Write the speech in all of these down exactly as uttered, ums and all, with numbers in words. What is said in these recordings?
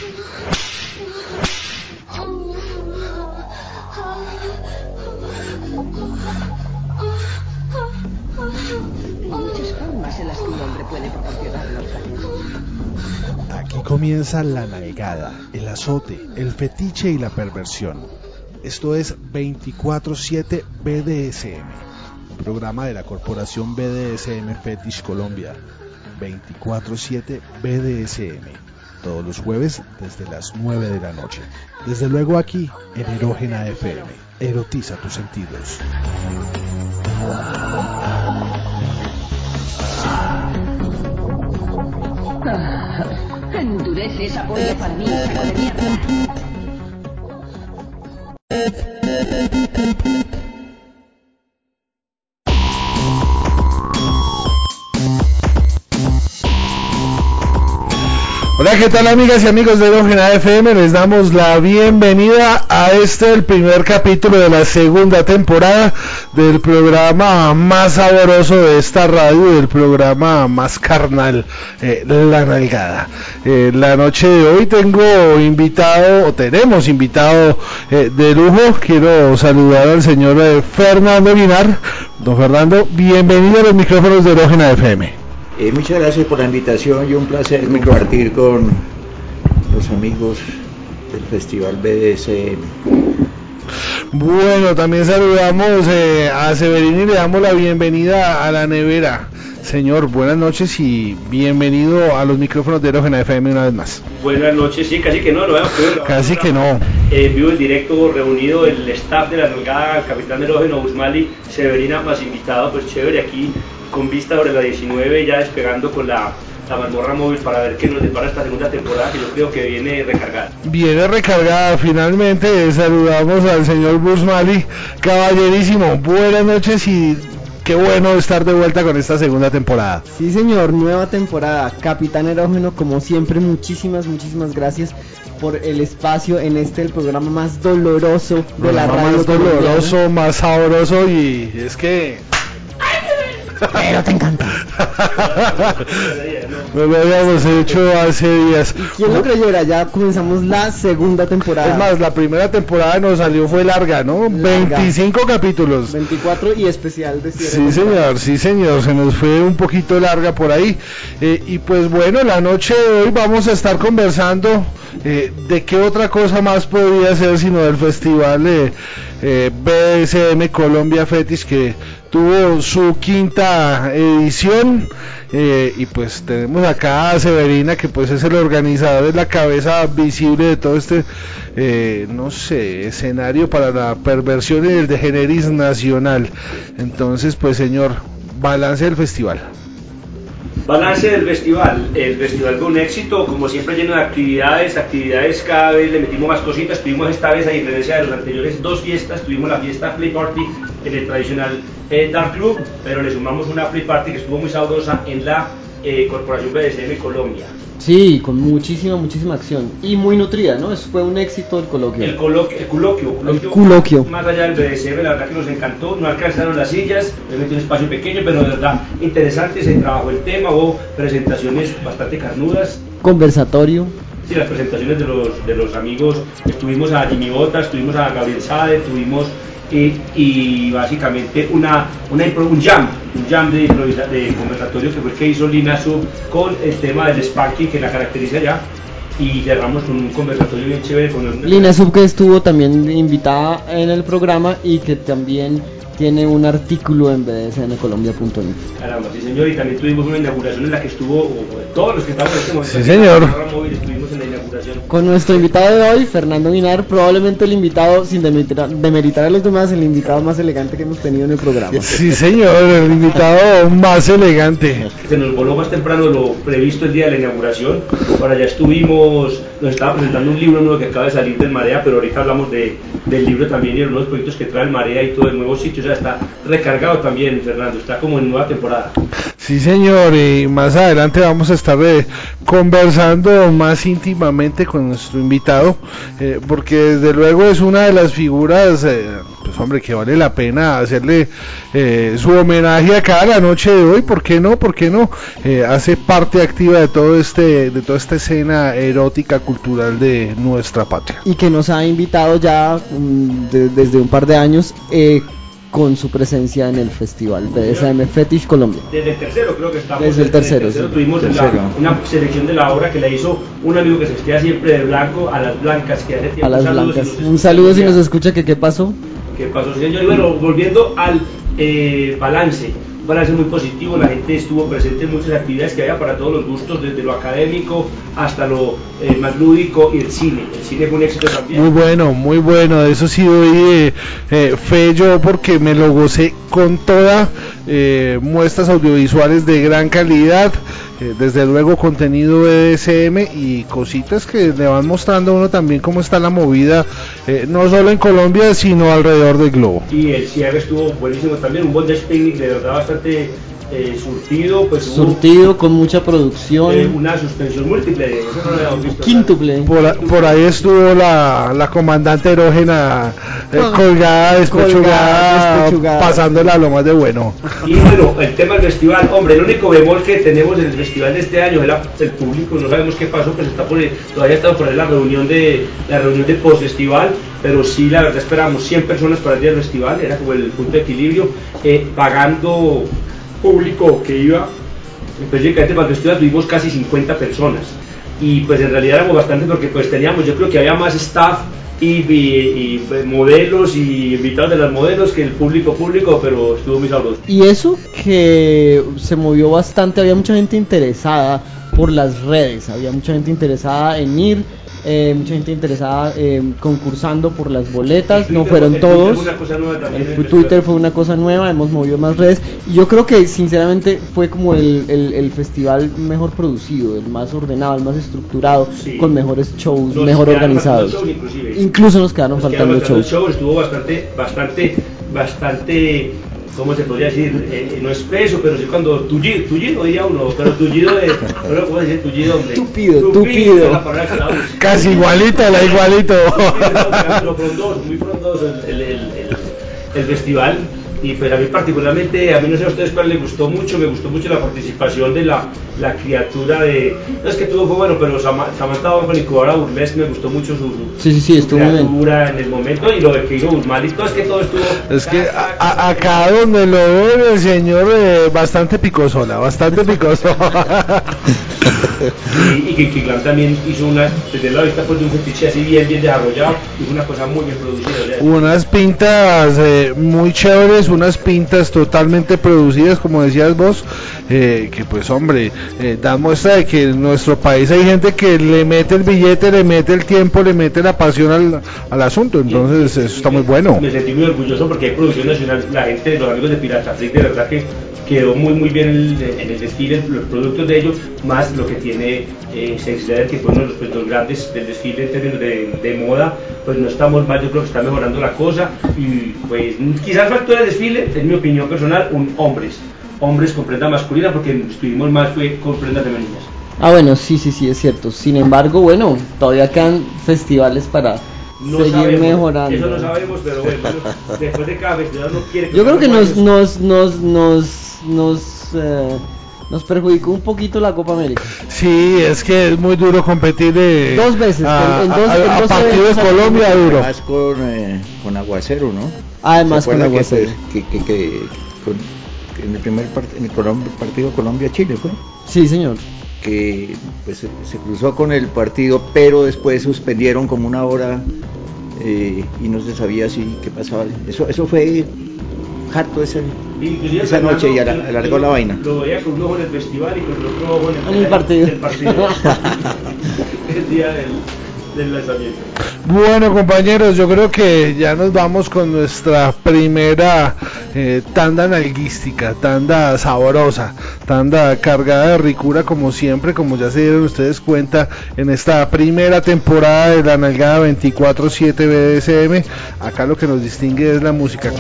Aquí comienza la nalgada, el azote, el fetiche y la perversión. Esto es veinticuatro siete B D S M, programa de la corporación B D S M Fetish Colombia. veinticuatro siete B D S M, todos los jueves desde las nueve de la noche. Desde luego aquí en Erógena F M. Erotiza tus sentidos. Endurece esa polla para mí, saco de mierda. Hola, ¿qué tal amigas y amigos de Erógena F M? Les damos la bienvenida a este, el primer capítulo de la segunda temporada del programa más sabroso de esta radio, del programa más carnal, eh, La Nalgada. Eh, la noche de hoy tengo invitado, o tenemos invitado eh, de lujo. Quiero saludar al señor eh, Fernando Guinar. Don Fernando, bienvenido a los micrófonos de Erógena F M. Eh, muchas gracias por la invitación y un placer compartir con los amigos del Festival B D S M. Bueno, también saludamos eh, a Severini y le damos la bienvenida a la nevera. Señor, buenas noches y bienvenido a los micrófonos de Erógena F M una vez más. Buenas noches, sí, casi que no, lo vemos. Casi que no. En eh, vivo, en directo, reunido el staff de la Nalgada, el capitán Erógeno, Busmali, Severina más invitado, pues chévere aquí, con vista sobre la diecinueve, ya despegando con la, la mazmorra móvil para ver qué nos depara esta segunda temporada, que yo creo que viene recargada. Viene recargada, finalmente. Saludamos al señor Busmali, caballerísimo, buenas noches y qué bueno estar de vuelta con esta segunda temporada. Sí señor, nueva temporada, Capitán Erógeno, como siempre, muchísimas, muchísimas gracias por el espacio en este, el programa más doloroso de la radio. Más doloroso, más sabroso, y es que... pero te encanta. No lo habíamos hecho hace días. ¿Y quién lo creyera? Ya comenzamos la segunda temporada. Es más, la primera temporada nos salió, fue larga, ¿no? Larga. veinticinco capítulos. veinticuatro y especial de cierre. Sí señor, sí señor, se nos fue un poquito larga por ahí. Eh, y pues bueno, la noche de hoy vamos a estar conversando eh, de qué otra cosa más podría ser sino del festival eh, eh, B D S M Colombia Fetish, que tuvo su quinta edición, eh, y pues tenemos acá a Severina, que pues es el organizador, es la cabeza visible de todo este, eh, no sé, escenario para la perversión y el degeneris nacional. Entonces, pues señor, balance del festival. Balance del festival, el festival fue un éxito, como siempre lleno de actividades, actividades cada vez le metimos más cositas. Tuvimos esta vez, a diferencia de las anteriores dos fiestas, tuvimos la fiesta Play Party en el tradicional eh, Dark Club, pero le sumamos una Play Party que estuvo muy sabrosa en la eh, Corporación B D S M Colombia. Sí, con muchísima, muchísima acción y muy nutrida, ¿no? Eso fue un éxito el coloquio. El coloquio, el coloquio, el coloquio. Más allá del B D S M, la verdad que nos encantó, no alcanzaron las sillas, realmente un espacio pequeño, pero de verdad interesante, se trabajó el tema, hubo presentaciones bastante carnudas. Conversatorio. Sí, las presentaciones de los, de los amigos, estuvimos a Jimmy Botas, tuvimos a Gabriel Sade, tuvimos eh, y básicamente una, una un jam, un jam de, de conversatorio que fue el que hizo Lina Sub con el tema del spanking que la caracteriza ya, y cerramos con un conversatorio bien chévere con el... Lina Sub, que estuvo también invitada en el programa y que también tiene un artículo en b d s m colombia punto net. Caramba, sí señor, y también tuvimos una inauguración en la que estuvo todos los que estaban en este momento. Sí señor. Móvil, estuvimos en la inauguración. Con nuestro invitado de hoy, Fernando Guinar, probablemente el invitado, sin demeritar, demeritar a los demás, el invitado más elegante que hemos tenido en el programa. Sí señor, el invitado más elegante. Se nos voló más temprano lo previsto el día de la inauguración. Ahora ya estuvimos, nos estaba presentando un libro nuevo que acaba de salir del Marea, pero ahorita hablamos de, del libro también y de los nuevos proyectos que trae el Marea y todo el nuevo sitio, o sea, está recargado también, Fernando, está como en nueva temporada. Sí, señor, y más adelante vamos a estar eh, conversando más íntimamente con nuestro invitado, eh, porque desde luego es una de las figuras, eh, pues hombre, que vale la pena hacerle eh, su homenaje acá a la noche de hoy. ¿Por qué no? ¿Por qué no? Eh, hace parte activa de todo este, de toda esta escena erótica cultural de nuestra patria. Y que nos ha invitado ya um, de, desde un par de años eh, con su presencia en el festival B D S M Fetish Colombia. Desde el tercero creo que estamos. Desde el tercero, desde el tercero sí. tuvimos Tercero. La, una selección de la obra que la hizo un amigo que se vestía siempre de blanco, a las blancas, que hace tiempo. A las Saludos, blancas. si nos Un saludo si escucha. nos escucha, que qué pasó. ¿Qué pasó, señor? Y bueno, volviendo al eh, balance, un balance muy positivo, la gente estuvo presente en muchas actividades que había para todos los gustos, desde lo académico hasta lo eh, más lúdico y el cine. El cine fue un éxito también. Muy bueno, muy bueno, de eso sí doy eh, eh, fe yo, porque me lo gocé con toda, eh, muestras audiovisuales de gran calidad, eh, desde luego contenido B D S M y cositas que le van mostrando a uno también cómo está la movida, eh, no solo en Colombia sino alrededor del globo. Y el cierre estuvo buenísimo también, un bondage picnic de verdad bastante eh, surtido, pues hubo, Surtido, con mucha producción. eh, una suspensión múltiple, eso no lo habíamos visto. Quíntuple. Por, a- por ahí estuvo la, la comandante erógena eh, Ah, colgada, despechugada, colgada, despechugada. pasándola lo más de bueno. Y bueno, el tema del festival, hombre, el único bemol que tenemos en el festival de este año es la- el público, no sabemos qué pasó, pues está por ahí- todavía estamos por ahí la reunión de la reunión de post-festival, pero sí, la verdad esperamos cien personas para el día del festival, era como el punto de equilibrio, eh, pagando público que iba, específicamente para el festival tuvimos casi cincuenta personas, y pues en realidad éramos bastante porque pues teníamos, yo creo que había más staff y, y, y, pues, modelos y invitados de las modelos que el público público, pero estuvo muy sabroso. Y eso que se movió bastante, había mucha gente interesada por las redes, había mucha gente interesada en ir, eh, mucha gente interesada eh, concursando por las boletas, El no Twitter- fueron el Twitter todos. fue una cosa nueva también El en el Twitter festival. fue una cosa nueva, hemos movido más redes y yo creo que sinceramente fue como el, el, el festival mejor producido, el más ordenado, el más estructurado, Sí. con mejores shows, Nos mejor quedaron organizados. faltando shows, inclusive. Incluso nos quedaron Nos faltando quedaron shows. shows, estuvo bastante, bastante, bastante, ¿cómo se podría decir? Eh, no espeso, pero sí cuando tullido, tullido diría uno, pero tullido de, pero ¿cómo decir tullido? Hombre? Tupido, tupido. es la palabra que la uso. Casi igualito, la igualito. Pero frondoso, muy frondoso el, el, el, el, el festival. Y pues a mí particularmente, a mí no sé a ustedes cuál les gustó mucho, me gustó mucho la participación de la, la criatura de, no es que todo fue bueno, pero Sam- Samantha con Incubadora Burlesque me gustó mucho su, su, Sí, sí, sí, su estuvo muy bien. criatura en el momento, y lo de que hizo Guzmán y todo, es que todo estuvo... Es que cada- a- a- acá donde lo ven el señor eh, bastante picosola, bastante picoso. y, y que Kiklan también hizo una, desde la vista pues de un fetiche así bien, bien desarrollado, hizo una cosa muy bien producida. O sea, Unas pintas eh, muy chéveres, unas pintas totalmente producidas, como decías vos, eh, que pues hombre, eh, dan muestra de que en nuestro país hay gente que le mete el billete, le mete el tiempo, le mete la pasión al, al asunto, entonces eso está muy bueno. Me sentí muy orgulloso porque hay producción nacional, la gente, los amigos de Pirata Freak, de verdad que quedó muy muy bien el- en el desfile, los productos de ellos, más lo que tiene eh, Sexler, que fue uno de los, pues, los grandes del desfile en términos de, de moda, pues no estamos mal, yo creo que está mejorando la cosa, y pues quizás faltó el desfile, en mi opinión personal, un hombres, hombres con prenda masculina, porque estuvimos más fue con prendas femeninas. Ah, bueno, sí, sí, sí, es cierto. Sin embargo, bueno, todavía quedan festivales para No seguir sabemos, mejorando. eso no sabemos, pero bueno, después de cada festival no quiere que Yo creo que nos pasen nos nos nos nos eh, nos perjudicó un poquito la Copa América. Sí, es que es muy duro competir eh, Dos veces, a, en dos- a- en a dos partido de eventos Colombia duro. Además con, eh, con aguacero, ¿no? Además ¿Se con acuerda aguacero. Que, pues, que, que, que con- que en el primer part- en el Colom- partido Colombia-Chile fue Sí, señor. que pues se, se cruzó con el partido, pero después suspendieron como una hora eh, y no se sabía si qué pasaba. Eso eso fue harto ese. Inclusive Esa Fernando, noche y ala- yo- alargó yo la vaina. Lo veía con un ojo en el festival y con el otro ojo en el, En el partido. el partido. El día del, del lanzamiento. Bueno, compañeros, yo creo que ya nos vamos con nuestra primera eh, tanda nalguística, tanda sabrosa, tanda cargada de ricura como siempre, como ya se dieron ustedes cuenta en esta primera temporada de la Nalgada veinticuatro siete B D S M, Acá lo que nos distingue es la música.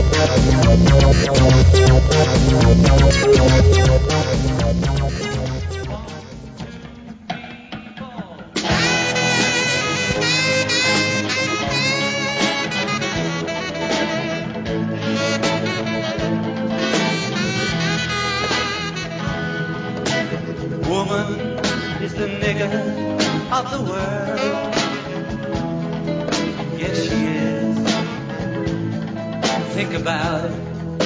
Woman is the nigger of the world. Yes, she is. Think about it.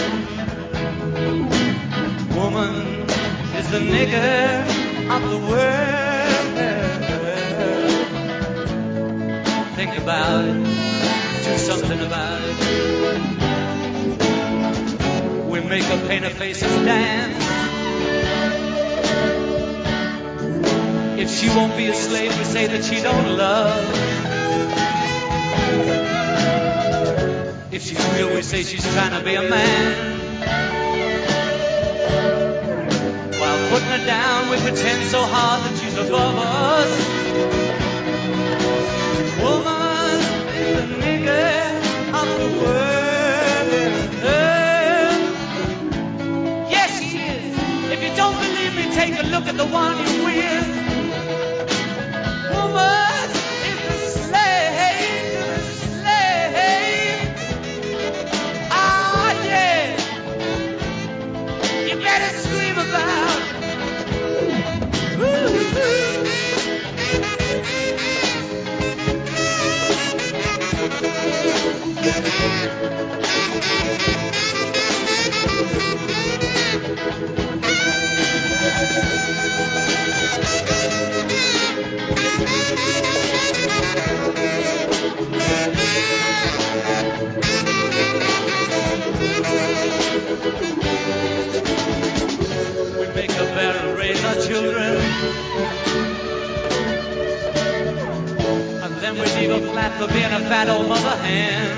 Woman is the nigger of the world. Think about it. Do something about it. We make her paint her face and dance. If she won't be a slave, we say that she don't love. If she's real, we say she's trying to be a man. While putting her down, we pretend so hard that she's above us. Woman is the nigger of the world. Yes, she is. If you don't believe me, take a look at the one you're with. Woman is the slave to the slave. Ah, yeah. You better scream about it. We make a better raise our children, and then we leave her flat for being a fat old mother hen.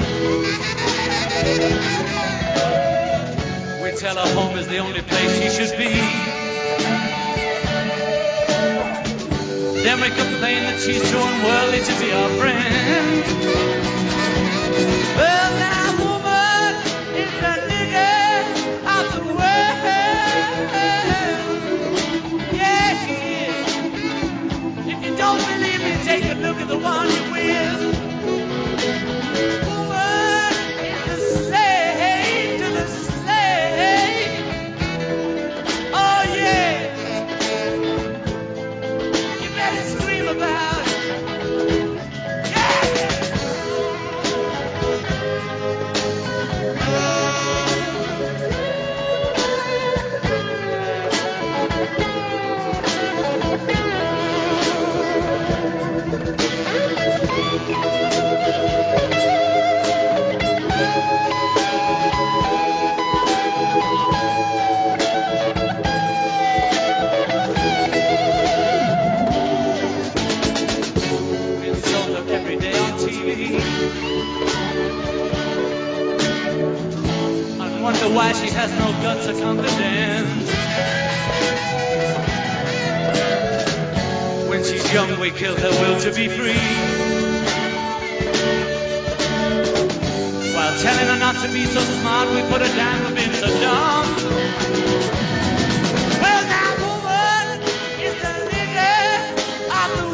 We tell her home is the only place she should be. Then we complain that she's too unworldly to be our friend. Well, now, woman is the nigger of the world. Yeah, she is. If you don't believe me, take a look at the one you're with. Woman is the slave to the slave. Oh, yeah. You better scream about it. Yeah. It's shown up every day on T V. I wonder why she has no guts or confidence. When she's young, we kill her will to be free, while telling her not to be so smart, we put her down for being so dumb. Well, now, woman is the nigger of the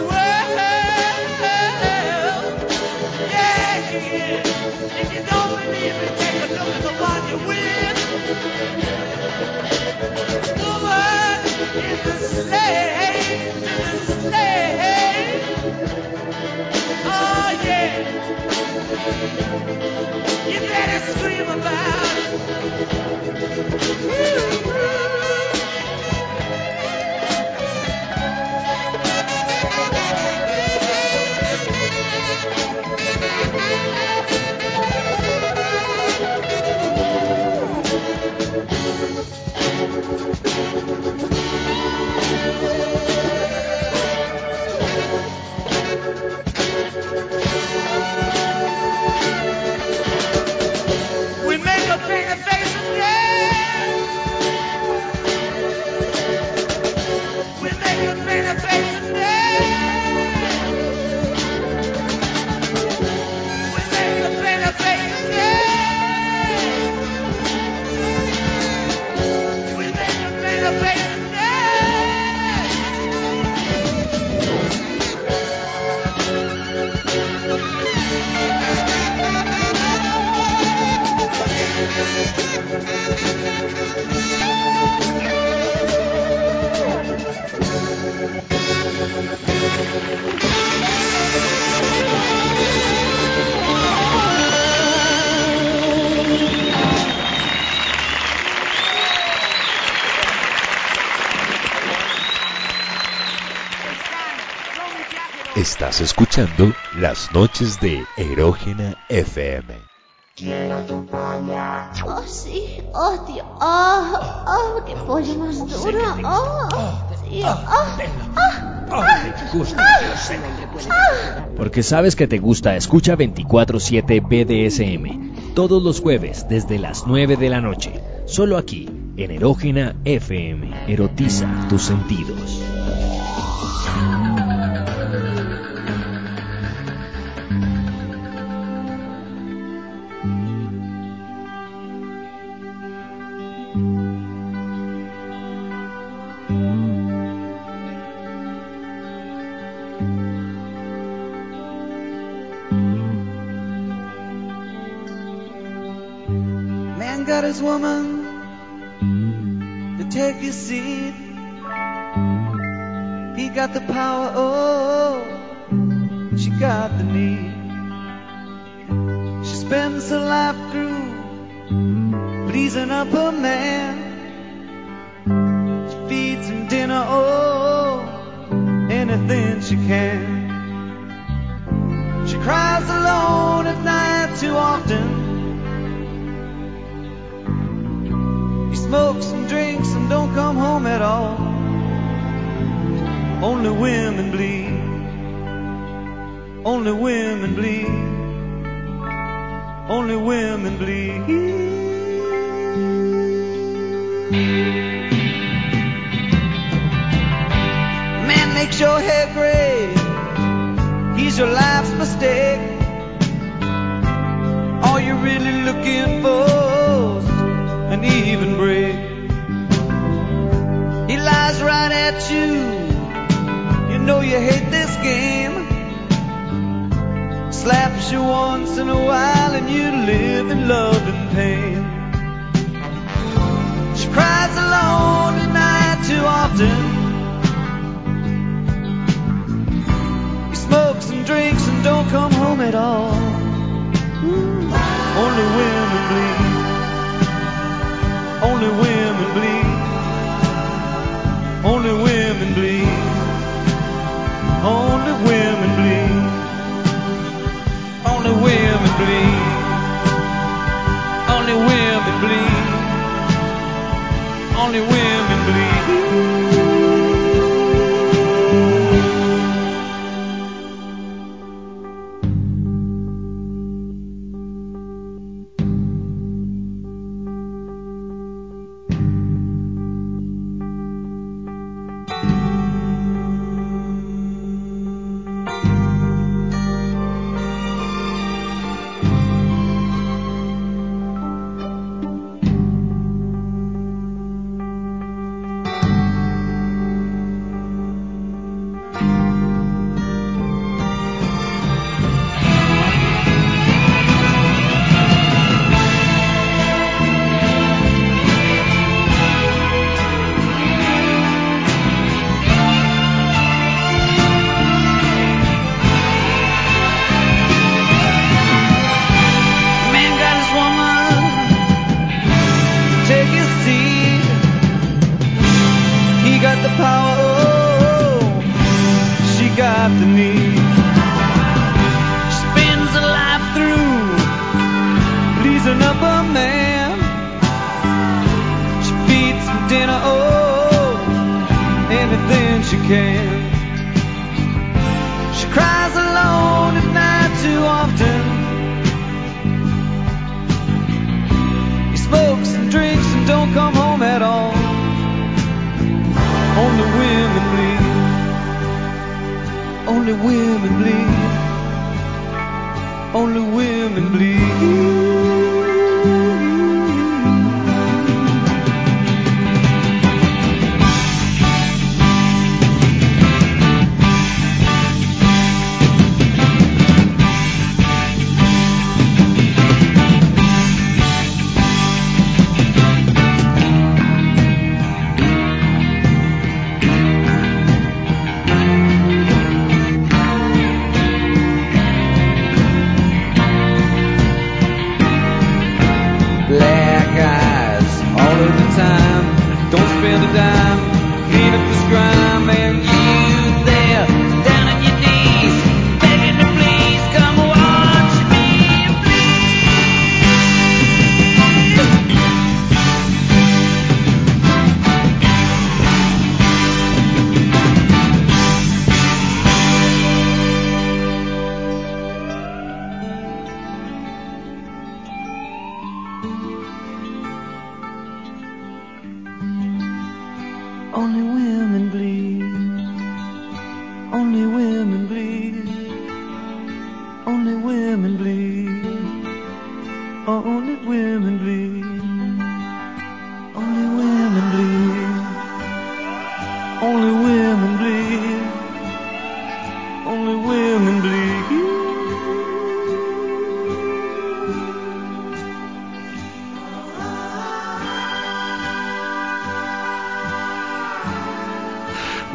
world. Yeah, she is. If you don't believe me, take a look at the one you're with. Woman is the slave to the slave. Oh, yeah. You better scream about it. We make a bigger face and dance. We make a bigger face and dance. We make a bigger Estás escuchando Las Noches de Erógena F M. Oh, sí. Oh, Dios. Oh, oh, qué pollo más duro. Oh, sí. Oh, oh, oh. Porque sabes que te gusta, escucha veinticuatro siete B D S M. Todos los jueves desde las nueve de la noche. Solo aquí, en Erógena F M. Erotiza tus sentidos. Man got his woman to take his seat. He got the power, oh, she got the need. She spends her life through pleasing up her man. She feeds him dinner, oh, anything she can. She cries alone at night too often. He smokes and drinks and don't come home at all. Only women bleed. Only women bleed. Only women bleed. Man makes your hair gray. He's your life's mistake. All you're really looking for, an even break. He lies right at you. You know you hate this game. Slaps you once in a while and you live in love and pain. She cries alone at night too often. He smokes and drinks and don't come home at all. Only women bleed. Only women bleed. Only women bleed. Only women bleed. Only women bleed. Only women bleed. Only women bleed.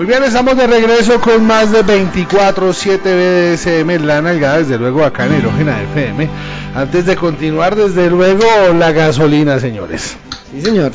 Muy bien, estamos de regreso con más de veinticuatro siete B D S M, la nalgada, desde luego acá en Erógena F M. Antes de continuar, desde luego, la gasolina, señores. Sí, señor.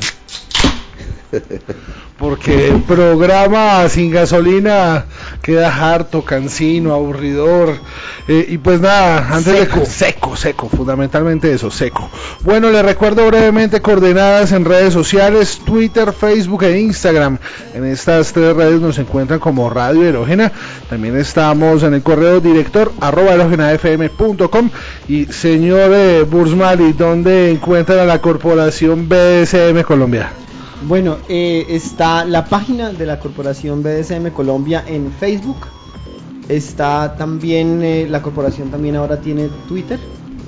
Porque el programa sin gasolina queda harto, cansino, aburridor, eh, y pues nada, antes seco. de seco, seco, fundamentalmente eso, seco. Bueno, les recuerdo brevemente coordenadas en redes sociales, Twitter, Facebook e Instagram. En estas tres redes nos encuentran como Radio Erógena. También estamos en el correo director arroba erogenafm punto com. Y señor eh, Bursmali, ¿dónde encuentran a la corporación B D S M Colombia? Bueno, eh, está la página de la Corporación B D S M Colombia en Facebook. Está también, eh, la corporación también ahora tiene Twitter.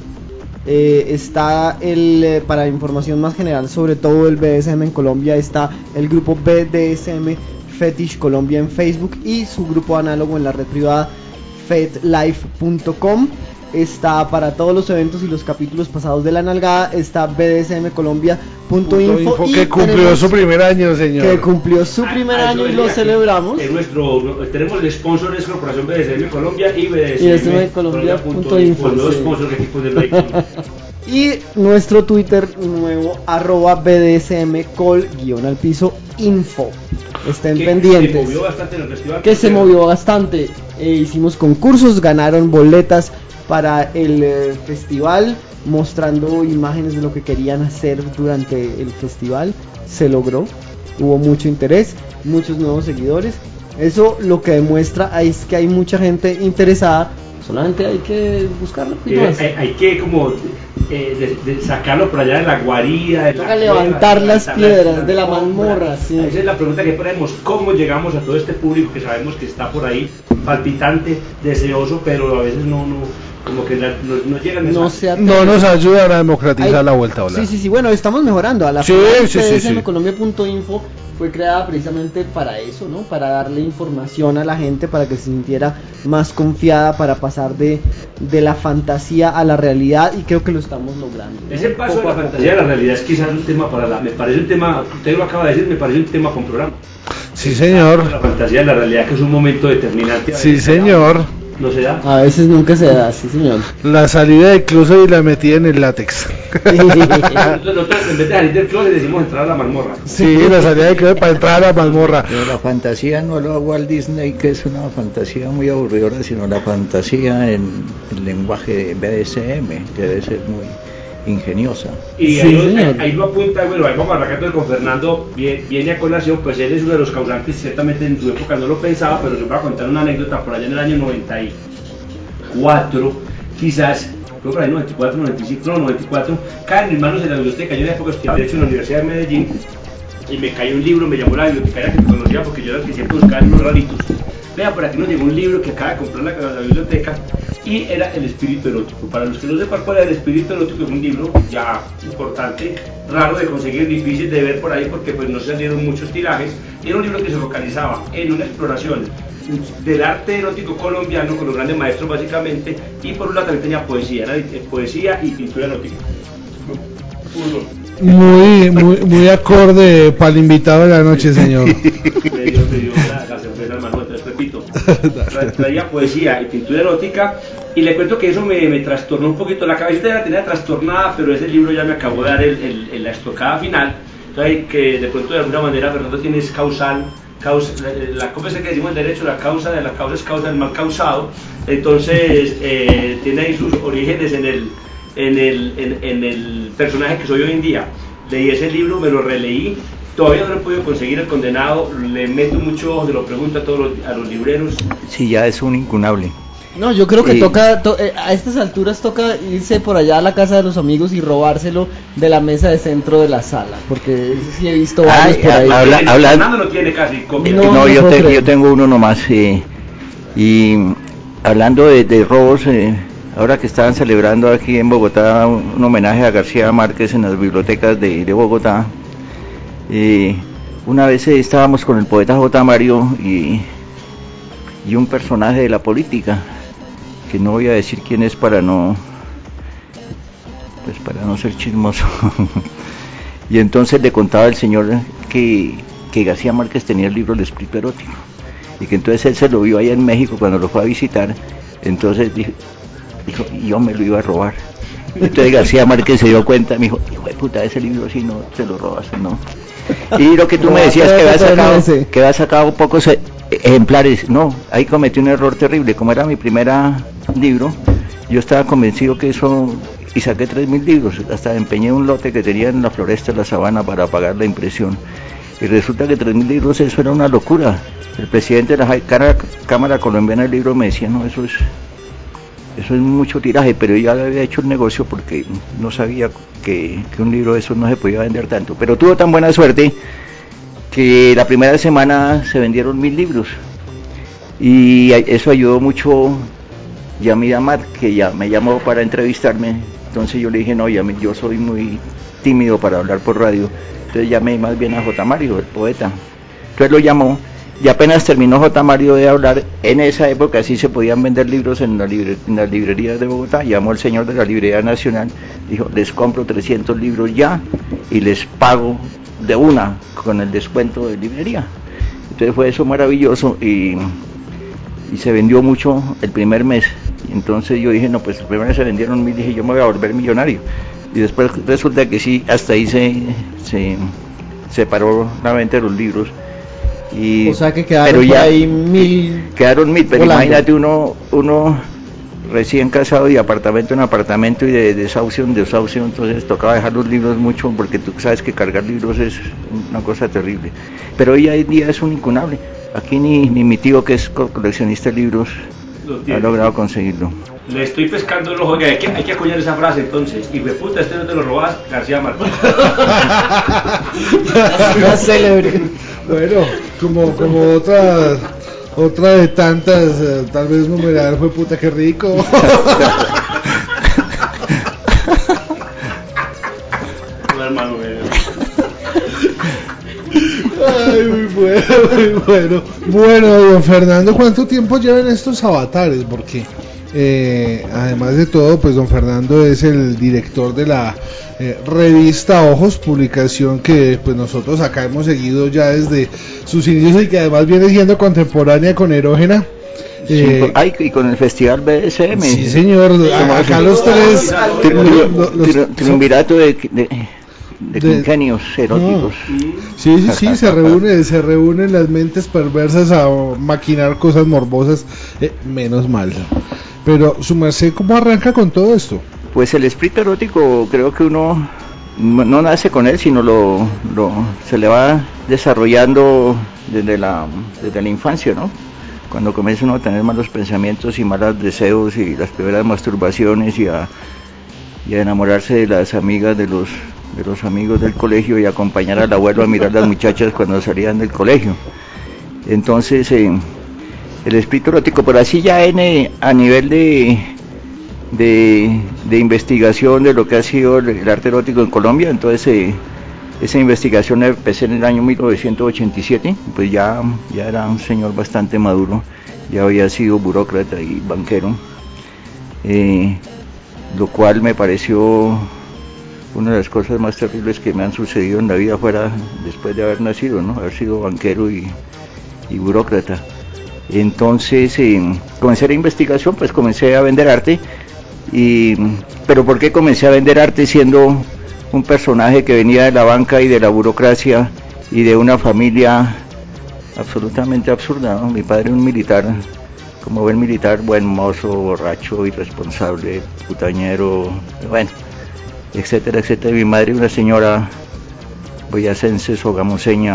Eh, está el, eh, para información más general sobre todo el B D S M en Colombia, está el grupo B D S M Fetish Colombia en Facebook y su grupo análogo en la red privada fetlife punto com. Está para todos los eventos y los capítulos pasados de la nalgada, está b d s m colombia punto info, que cumplió su primer año, señor. Que cumplió su primer ah, año y lo celebramos. En nuestro, tenemos el sponsor es Corporación B D S M Colombia y B D S M Colombia punto info. Los dos sponsors que equipos del vehículo. Y nuestro Twitter nuevo, arroba B D S M col guión al piso info. Estén que pendientes. Se movió bastante en el festival. Que se movió bastante. Eh, hicimos concursos, ganaron boletas para el eh, festival, mostrando imágenes de lo que querían hacer durante el festival. Se logró, hubo mucho interés, muchos nuevos seguidores. Eso lo que demuestra es que hay mucha gente interesada. Solamente hay que buscarlo. Eh, hay, hay que como eh, de, de sacarlo por allá de la guarida, de Toca la levantar cueva, las levantar piedras las, de la las mazmorra, sí. Esa es la pregunta que ponemos: ¿cómo llegamos a todo este público que sabemos que está por ahí, palpitante, deseoso, pero a veces no, no como que la, no, no llegan no, no nos ayudan a democratizar hay, la vuelta a volar. Sí, sí, sí, bueno, estamos mejorando. A la sí, sí, B D S M sí, sí. Colombia punto info fue creada precisamente para eso, ¿no? Para darle información a la gente, para que se sintiera más confiada, para pasar de, de la fantasía a la realidad, y creo que lo estamos logrando, ¿no? Ese paso Poco de la fantasía a la realidad es quizás un tema para la, me parece un tema, usted lo acaba de decir, me parece un tema con programa. Sí, señor. La fantasía a la realidad, que es un momento determinante. Sí, señor. No se da. A veces nunca se da, sí, señor. La salida del closet y la metida en el látex. Nosotros en vez de salir del closet decimos entrar a la mazmorra. Sí, la salida del closet para entrar a la mazmorra. Pero la fantasía no lo hago Walt Disney, que es una fantasía muy aburridora, sino la fantasía en el lenguaje de B D S M, que debe ser muy ingeniosa. Y sí, ahí, ahí, ahí lo apunta, bueno, ahí vamos a arrancar con Fernando, viene, viene a colación, pues él es uno de los causantes, ciertamente en su época no lo pensaba, pero les voy a contar una anécdota. Por allá en el año noventa y cuatro, quizás, creo por ahí noventa y cuatro, noventa y cinco, no, noventa y cuatro, caen en mis manos en la biblioteca. Yo en la época estudiaba Derecho en la Universidad de Medellín, y me cayó un libro, me llamó la bibliotecaria que me conocía, porque yo era el que siempre buscaba unos raritos. Vea, por aquí nos llegó un libro que acaba de comprar la, la biblioteca, y era El espíritu erótico. Para los que no sepan cuál era El espíritu erótico, es un libro ya importante, raro de conseguir, difícil de ver por ahí, porque pues no salieron muchos tirajes. Era un libro que se focalizaba en una exploración del arte erótico colombiano con los grandes maestros básicamente, y por un lado también tenía poesía, era poesía y pintura erótica. Muy, muy, muy acorde para el invitado de la noche, señor. Me dio, me dio la, la cerveza al Manuel, te repito. Tra, traía poesía y pintura erótica, y le cuento que eso me, me trastornó un poquito. La cabecita ya la tenía trastornada, pero ese libro ya me acabó de dar el, el, el, la estocada final. Entonces, que de pronto de alguna manera Fernando tiene es causal, causa, la, la, ¿cómo es que decimos en derecho? La causa de la causa es causa del mal causado. Entonces, eh, tiene ahí sus orígenes en el En el, en, en el personaje que soy hoy en día. Leí ese libro, me lo releí, todavía no lo he podido conseguir el condenado, le meto mucho ojo, se lo pregunto a todos los, a los libreros. Sí, ya es un incunable. No, yo creo que y... toca, to, eh, a estas alturas toca irse por allá a la casa de los amigos y robárselo de la mesa de centro de la sala, porque sí he visto varios Ay, por ahí. Habla, el, habla... Fernando no tiene casi copia. No, no yo, te, yo tengo uno nomás. Eh, y hablando de, de robos, eh, ahora que estaban celebrando aquí en Bogotá un, un homenaje a García Márquez en las bibliotecas de, de Bogotá, eh, una vez eh, estábamos con el poeta J. Mario y, y un personaje de la política, que no voy a decir quién es para no, pues para no ser chismoso. Y entonces le contaba al señor que, que García Márquez tenía el libro El espíritu erótico. y que entonces él se lo vio allá en México cuando lo fue a visitar, entonces dijo, dijo yo me lo iba a robar. Entonces García Márquez se dio cuenta, me dijo, hijo de puta, ese libro si no te lo robas, no. Y lo que tú me decías, que había sacado, que había sacado pocos ejemplares, no, ahí cometí un error terrible. Como era mi primer libro, yo estaba convencido que eso, y saqué tres mil libros, hasta empeñé un lote que tenía en la Floresta de la Sabana para pagar la impresión, y resulta que tres mil libros, eso era una locura. El presidente de la Cámara Colombiana del Libro me decía, no, eso es eso es mucho tiraje, pero yo ya había hecho el negocio porque no sabía que, que un libro de esos no se podía vender tanto, pero tuvo tan buena suerte que la primera semana se vendieron mil libros, y eso ayudó mucho Yamid Amad, que ya me llamó para entrevistarme. Entonces yo le dije, no, Yamid, yo soy muy tímido para hablar por radio, entonces llamé más bien a J. Mario, el poeta. Entonces lo llamó, y apenas terminó J. Mario de hablar, en esa época sí se podían vender libros en, la libre, en las librerías de Bogotá. Llamó el señor de la Librería Nacional, dijo, les compro trescientos libros ya y les pago de una con el descuento de librería. Entonces fue eso maravilloso, y, y se vendió mucho el primer mes. Y entonces yo dije, no, pues el primer mes se vendieron mil, dije, yo me voy a volver millonario. Y después resulta que sí, hasta ahí se, se, se paró la venta de los libros. Y, o sea que quedaron pero ya, ahí mil. Quedaron mil, pero volando. Imagínate uno, uno recién casado y apartamento en apartamento y de desahucio en desahucio, entonces tocaba dejar los libros mucho, porque tú sabes que cargar libros es una cosa terrible. Pero hoy en día es un incunable. Aquí ni, ni mi tío, que es coleccionista de libros, ha logrado conseguirlo. Le estoy pescando el ojo, hay que, hay que acuñar esa frase entonces. Y de puta, este no te lo robas, García Márquez. Más célebre. Bueno, como, como otra, otra de tantas, eh, tal vez numerar, fue puta que rico. Hermano, Ay, muy bueno, muy bueno. Bueno, don Fernando, ¿cuánto tiempo llevan estos avatares? Porque eh, además de todo, pues don Fernando es el director de la eh, revista Ojos, publicación que pues nosotros acá hemos seguido ya desde sus inicios y que además viene siendo contemporánea con Erógena. Sí, eh, ay, y con el Festival B D S M. Sí, señor, acá los tres triunvirato de, de de quinquenios eróticos. Sí, sí, sí, se reúne, se reúnen las mentes perversas a maquinar cosas morbosas, eh, menos mal. Pero su merced, ¿cómo arranca con todo esto? Pues el espíritu erótico, creo que uno no, no nace con él, sino lo, lo se le va desarrollando desde la desde la infancia, ¿no? Cuando comienza uno a tener malos pensamientos y malos deseos y las primeras masturbaciones y a, y a enamorarse de las amigas de los de los amigos del colegio y acompañar al abuelo a mirar las muchachas cuando salían del colegio. Entonces eh, el espíritu erótico, pero así ya en, eh, a nivel de, de de investigación de lo que ha sido el, el arte erótico en Colombia, entonces eh, esa investigación empecé en el año mil novecientos ochenta y siete, pues ya, ya era un señor bastante maduro, ya había sido burócrata y banquero, eh, lo cual me pareció una de las cosas más terribles que me han sucedido en la vida fuera después de haber nacido, ¿no? Haber sido banquero y, y burócrata. Entonces eh, comencé la investigación, pues comencé a vender arte, y, pero ¿por qué comencé a vender arte siendo un personaje que venía de la banca y de la burocracia y de una familia absolutamente absurda, ¿no? Mi padre un militar, como buen militar, buen mozo, borracho, irresponsable, putañero, bueno, etcétera, etcétera. Mi madre una señora boyacense, sogamoseña,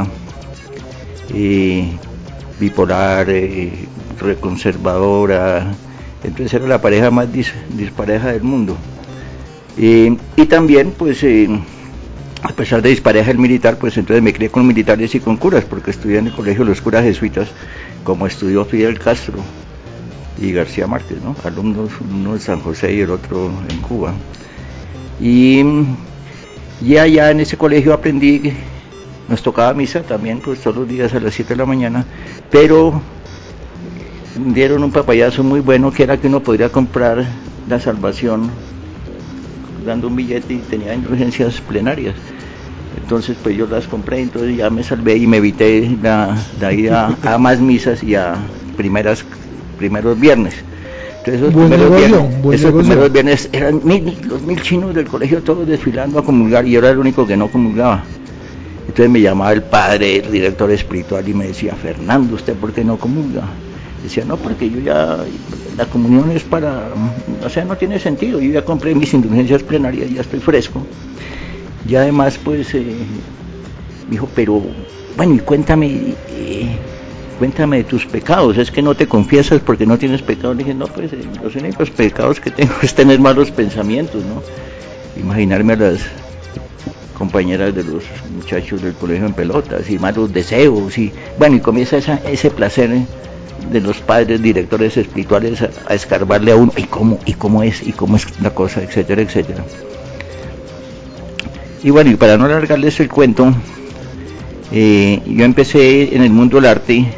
y bipolar, eh, reconservadora, entonces era la pareja más dis, dispareja del mundo. Eh, y también, pues, eh, a pesar de dispareja el militar, pues entonces me crié con militares y con curas, porque estudié en el colegio de los curas jesuitas, como estudió Fidel Castro y García Márquez, ¿no? Alumnos, uno en San José y el otro en Cuba. Y ya allá en ese colegio aprendí, nos tocaba misa también, pues todos los días a las siete de la mañana, pero dieron un papayazo muy bueno, que era que uno podría comprar la salvación dando un billete y tenía indulgencias plenarias. Entonces pues yo las compré, entonces ya me salvé y me evité la, la ida a más misas y a primeras primeros viernes. Entonces esos, Buen primeros, negocio, viernes, buen esos negocio. primeros viernes eran mil, los mil chinos del colegio todos desfilando a comulgar y yo era el único que no comulgaba. Entonces me llamaba el padre, el director espiritual, y me decía: Fernando, ¿usted por qué no comulga? Decía: no, porque yo ya, la comunión es para, o sea, no tiene sentido, yo ya compré mis indulgencias plenarias, ya estoy fresco. Y además pues eh, me dijo: pero bueno, y cuéntame eh, cuéntame de tus pecados, es que no te confiesas porque no tienes pecado. Le dije: no, pues eh, los únicos pecados que tengo es tener malos pensamientos, ¿no? Imaginarme a las compañeras de los muchachos del colegio en pelotas y malos deseos, y bueno, y comienza esa, ese placer eh, de los padres directores espirituales a, a escarbarle a uno, y cómo, y cómo es, y cómo es la cosa, etcétera, etcétera. Y bueno, y para no alargarles el cuento, eh, yo empecé en el mundo del arte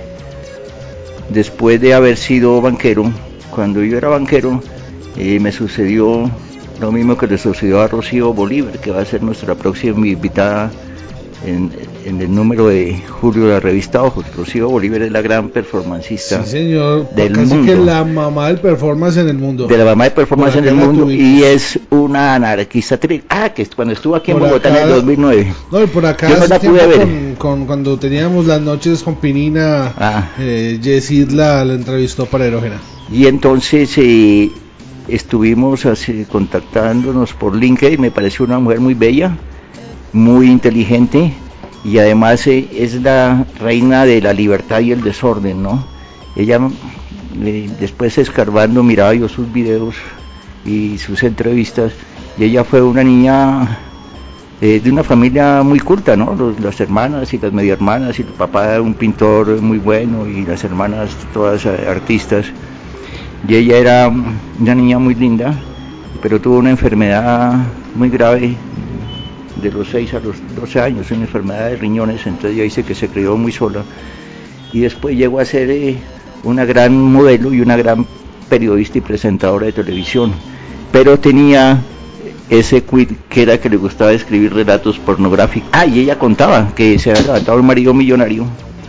después de haber sido banquero. Cuando yo era banquero, eh, me sucedió lo mismo que le sucedió a Rocío Bolívar, que va a ser nuestra próxima invitada en, en el número de julio de la revista Ojos. Rocío Bolívar es la gran performancista, sí, señor, del casi mundo. que la mamá del performance en el mundo. De la mamá de performance en el mundo, tuvimos. Y es una anarquista. Tri- ah, que cuando estuvo aquí Por en Bogotá acá, en el dos mil nueve. No, y por acá yo no hace la pude tiempo ver. Con, con, cuando teníamos las noches con Pinina, Ah. eh, Yesid la, la entrevistó para Erógena. Y entonces eh, estuvimos así, contactándonos por LinkedIn. Me pareció una mujer muy bella, muy inteligente, y además eh, es la reina de la libertad y el desorden, ¿no? Ella, eh, después escarbando, miraba yo sus videos y sus entrevistas, y ella fue una niña eh, de una familia muy culta, ¿no? Los, las hermanas y las media hermanas, y el papá un pintor muy bueno, y las hermanas todas eh, artistas. Y ella era una niña muy linda, pero tuvo una enfermedad muy grave de los seis a los doce años, una enfermedad de riñones. Entonces ella dice que se crió muy sola, y después llegó a ser eh, una gran modelo y una gran periodista y presentadora de televisión, pero tenía ese quid que era que le gustaba escribir relatos pornográficos. Ah, y ella contaba que se había levantado un marido millonario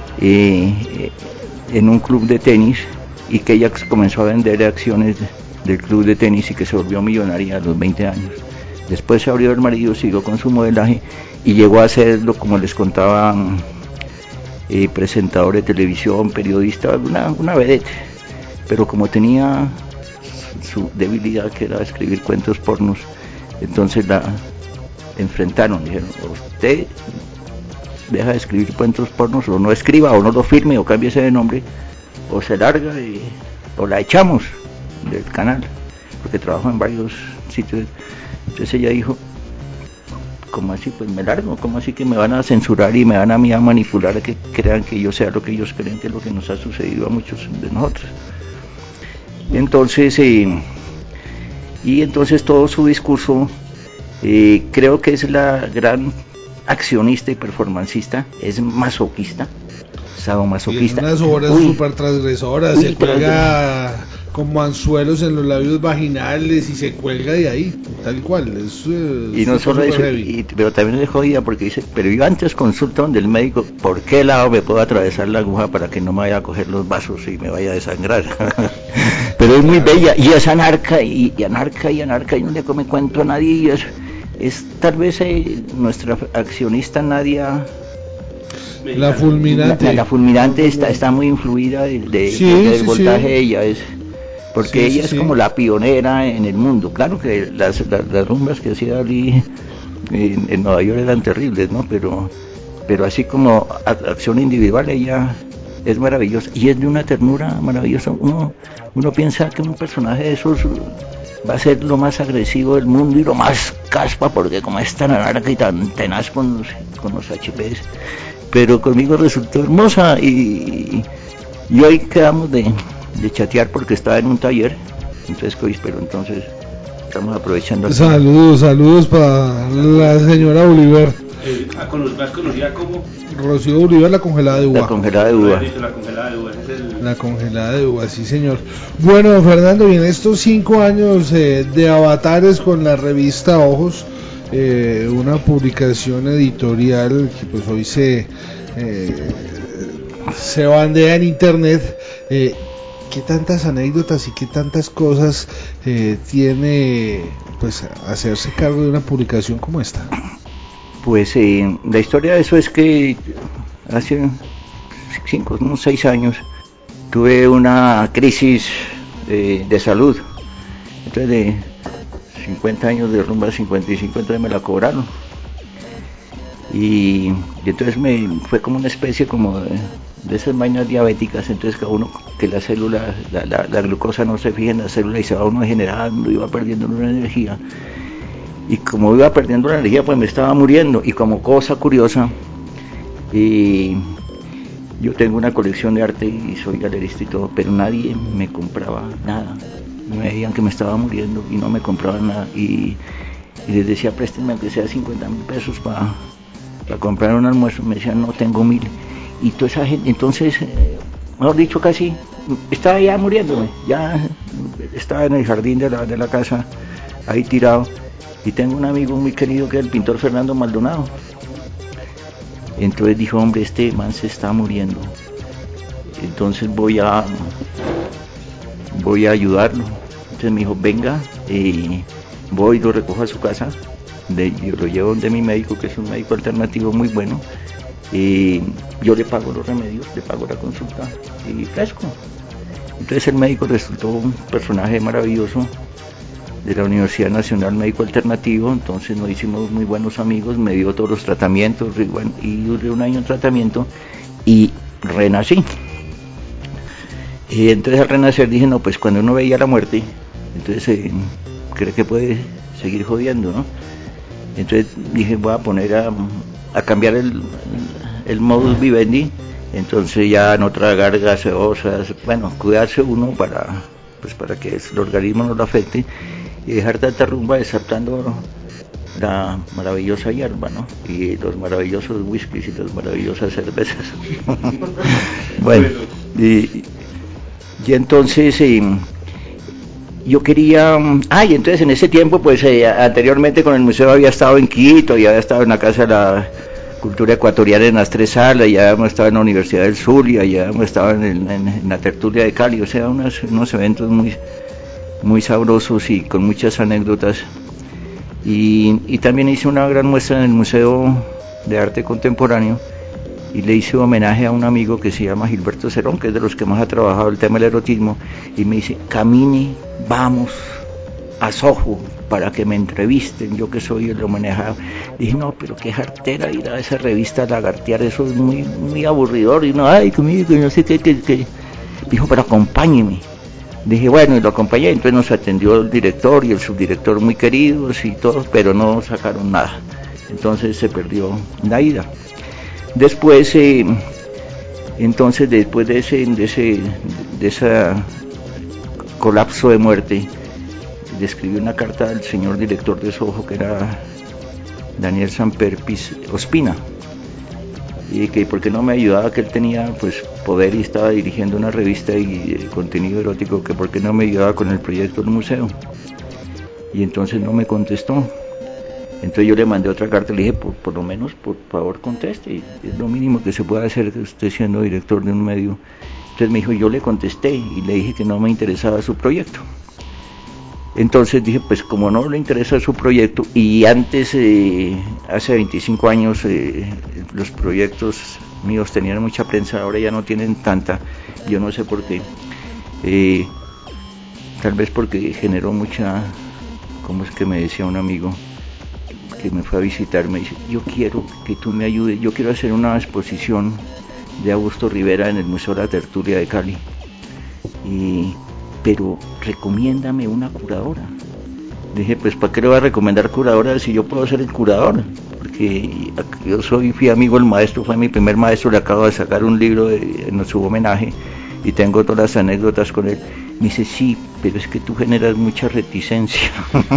eh, en un club de tenis, y que ella comenzó a vender acciones del club de tenis y que se volvió millonaria a los veinte años. Después se abrió el marido, siguió con su modelaje y llegó a serlo, como les contaba, eh, presentador de televisión, periodista, una, una vedette. Pero como tenía su debilidad, que era escribir cuentos pornos, entonces la enfrentaron. Dijeron: usted deja de escribir cuentos pornos, o no escriba, o no lo firme, o cámbiese de nombre, o se larga y, o la echamos del canal, porque trabajó en varios sitios. Entonces ella dijo: ¿cómo así? Pues me largo. ¿Cómo así que me van a censurar y me van a mí a manipular a que crean que yo sea lo que ellos creen que es lo que nos ha sucedido a muchos de nosotros? Entonces eh, y entonces todo su discurso, eh, creo que es la gran accionista y performancista, es masoquista, sadomasoquista. Y unas obras súper transgresoras, Uy, se cuelga como anzuelos en los labios vaginales y se cuelga de ahí, tal cual. Es, eh, y no solo eso, y, pero también es jodida porque dice: pero yo antes consulto donde el médico por qué lado me puedo atravesar la aguja para que no me vaya a coger los vasos y me vaya a desangrar. Pero es muy bella, y es anarca, y, y anarca, y anarca, y no le come cuento a nadie, y es, es tal vez eh, nuestra accionista Nadia... La fulminante. La, la, la fulminante está, está muy influida de, de, sí, de, del sí, voltaje sí. de ella, es porque sí, ella sí, es sí. como la pionera en el mundo. Claro que las, las, las rumbas que hacía Ali en, en Nueva York eran terribles, ¿no? Pero, pero así como a, acción individual, ella es maravillosa, y es de una ternura maravillosa. Uno, uno piensa que un personaje de esos va a ser lo más agresivo del mundo y lo más caspa, porque como es tan anarca y tan tenaz con los, con los H Ps, pero conmigo resultó hermosa, y, y hoy quedamos de, de chatear porque estaba en un taller, entonces pero entonces estamos aprovechando aquí. Saludos, saludos para la señora Bolívar. Eh, más conocida como Rocío Bolívar, la congelada de uva. La congelada de uva. La congelada de uva, ese es el... La congelada de uva, sí señor. Bueno, Fernando, y en estos cinco años eh, de avatares con la revista Ojos, eh, una publicación editorial que pues hoy se eh, se bandea en internet. eh, ¿Qué tantas anécdotas y qué tantas cosas eh, tiene pues hacerse cargo de una publicación como esta? Pues eh, la historia de eso es que hace cinco, unos seis años tuve una crisis eh, de salud. Entonces de cincuenta años de rumba a cincuenta y cinco, entonces me la cobraron. Y, y entonces me fue como una especie como de, de esas vainas diabéticas. Entonces cada uno, que la célula, la, la, la glucosa no se fija en la célula y se va uno generando, iba perdiendo una energía. Y como iba perdiendo la energía, pues me estaba muriendo. Y como cosa curiosa, y yo tengo una colección de arte y soy galerista y todo, pero nadie me compraba nada. Me veían que me estaba muriendo y no me compraban nada. Y, y les decía, préstenme aunque sea cincuenta mil pesos para pa comprar un almuerzo. Me decían, no tengo mil. Y toda esa gente, entonces, eh, mejor dicho, casi estaba ya muriéndome. Ya estaba en el jardín de la, de la casa, ahí tirado. Y tengo un amigo muy querido que es el pintor Fernando Maldonado. Entonces dijo, hombre, este man se está muriendo. Entonces voy a voy a ayudarlo. Entonces me dijo, venga, eh, voy y lo recojo a su casa. De, yo lo llevo donde mi médico, que es un médico alternativo muy bueno. Eh, yo le pago los remedios, le pago la consulta y fresco. Entonces el médico resultó un personaje maravilloso de la Universidad Nacional Médico Alternativo. Entonces nos hicimos muy buenos amigos, me dio todos los tratamientos y, bueno, y duré un año en tratamiento y renací. Y entonces al renacer dije, no, pues cuando uno veía la muerte, entonces eh, cree que puede seguir jodiendo, ¿no? Entonces dije, voy a poner a, a cambiar el, el modus vivendi, entonces ya no tragar gaseosas, bueno, cuidarse uno para, pues para que el organismo no lo afecte y dejar tanta rumba desatando la maravillosa hierba, ¿no? Y los maravillosos whiskies y las maravillosas cervezas. Bueno, y, y entonces eh, yo quería, ah, y entonces en ese tiempo, pues eh, anteriormente con el museo había estado en Quito, y había estado en la Casa de la Cultura Ecuatoriana en las tres salas, ya hemos estado en la Universidad del Zulia, ya hemos estado en, el, en, en la tertulia de Cali, o sea, unos, unos eventos muy muy sabrosos y con muchas anécdotas. Y, y también hice una gran muestra en el Museo de Arte Contemporáneo y le hice homenaje a un amigo que se llama Gilberto Cerón, que es de los que más ha trabajado el tema del erotismo, y me dice, camine, vamos a Soho para que me entrevisten, yo que soy el homenajeado. Dije, no, pero qué jartera ir a esa revista a lagartear, eso es muy muy aburridor, y no, ay, conmigo, no sé qué, qué, qué. Dijo, pero acompáñeme. Dije, bueno, y lo acompañé, entonces nos atendió el director y el subdirector muy queridos y todos, pero no sacaron nada. Entonces se perdió la ida. Después, eh, entonces después de ese, de ese, de ese colapso de muerte, le escribí una carta al señor director de Soho, que era Daniel Samper Ospina, y que porque no me ayudaba, que él tenía pues poder y estaba dirigiendo una revista y eh, contenido erótico, que porque no me ayudaba con el proyecto del museo. Y entonces no me contestó. Entonces yo le mandé otra carta y le dije, por, por lo menos, por favor, conteste, es lo mínimo que se puede hacer usted siendo director de un medio. Entonces me dijo, yo le contesté y le dije que no me interesaba su proyecto. Entonces dije, pues como no le interesa su proyecto, y antes, eh, hace veinticinco años, eh, los proyectos míos tenían mucha prensa, ahora ya no tienen tanta, yo no sé por qué, eh, tal vez porque generó mucha, ¿cómo es que me decía un amigo que me fue a visitar? Me dice, yo quiero que tú me ayudes, yo quiero hacer una exposición de Augusto Rivera en el Museo de la Tertulia de Cali, y pero recomiéndame una curadora. Dije, pues ¿para qué le voy a recomendar curadora si yo puedo ser el curador? Porque yo soy, fui amigo del maestro, fue mi primer maestro, le acabo de sacar un libro de, en su homenaje, y tengo todas las anécdotas con él. Me dice, sí, pero es que tú generas mucha reticencia.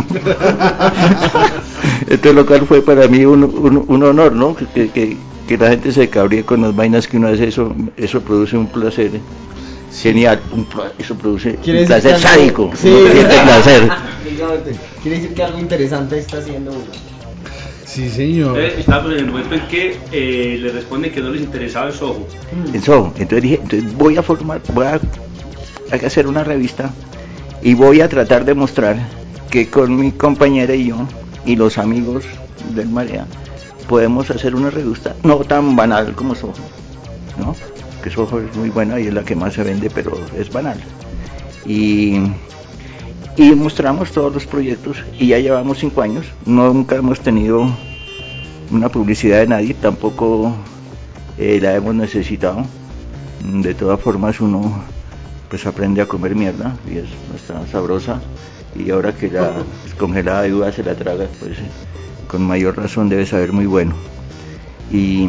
Entonces lo cual fue para mí un, un, un honor, ¿no? Que, que, que la gente se cabríe con las vainas que uno hace, eso, eso produce un placer. Genial, un, eso produce un placer sádico, sí, no siente placer. Quiere decir que algo interesante está haciendo uno. Sí, señor. Eh, estábamos en el momento en que eh, le responden que no les interesaba el Soho. El Soho. Entonces dije, entonces voy a formar, voy a, a hacer una revista y voy a tratar de mostrar que con mi compañera y yo y los amigos del Marea podemos hacer una revista no tan banal como Soho, ¿no? Que Soho es muy buena y es la que más se vende, pero es banal. Y, y mostramos todos los proyectos y ya llevamos cinco años, nunca hemos tenido una publicidad de nadie, tampoco eh, la hemos necesitado. De todas formas uno pues aprende a comer mierda y es está sabrosa, y ahora que la congelada de uva se la traga, pues con mayor razón debe saber muy bueno. Y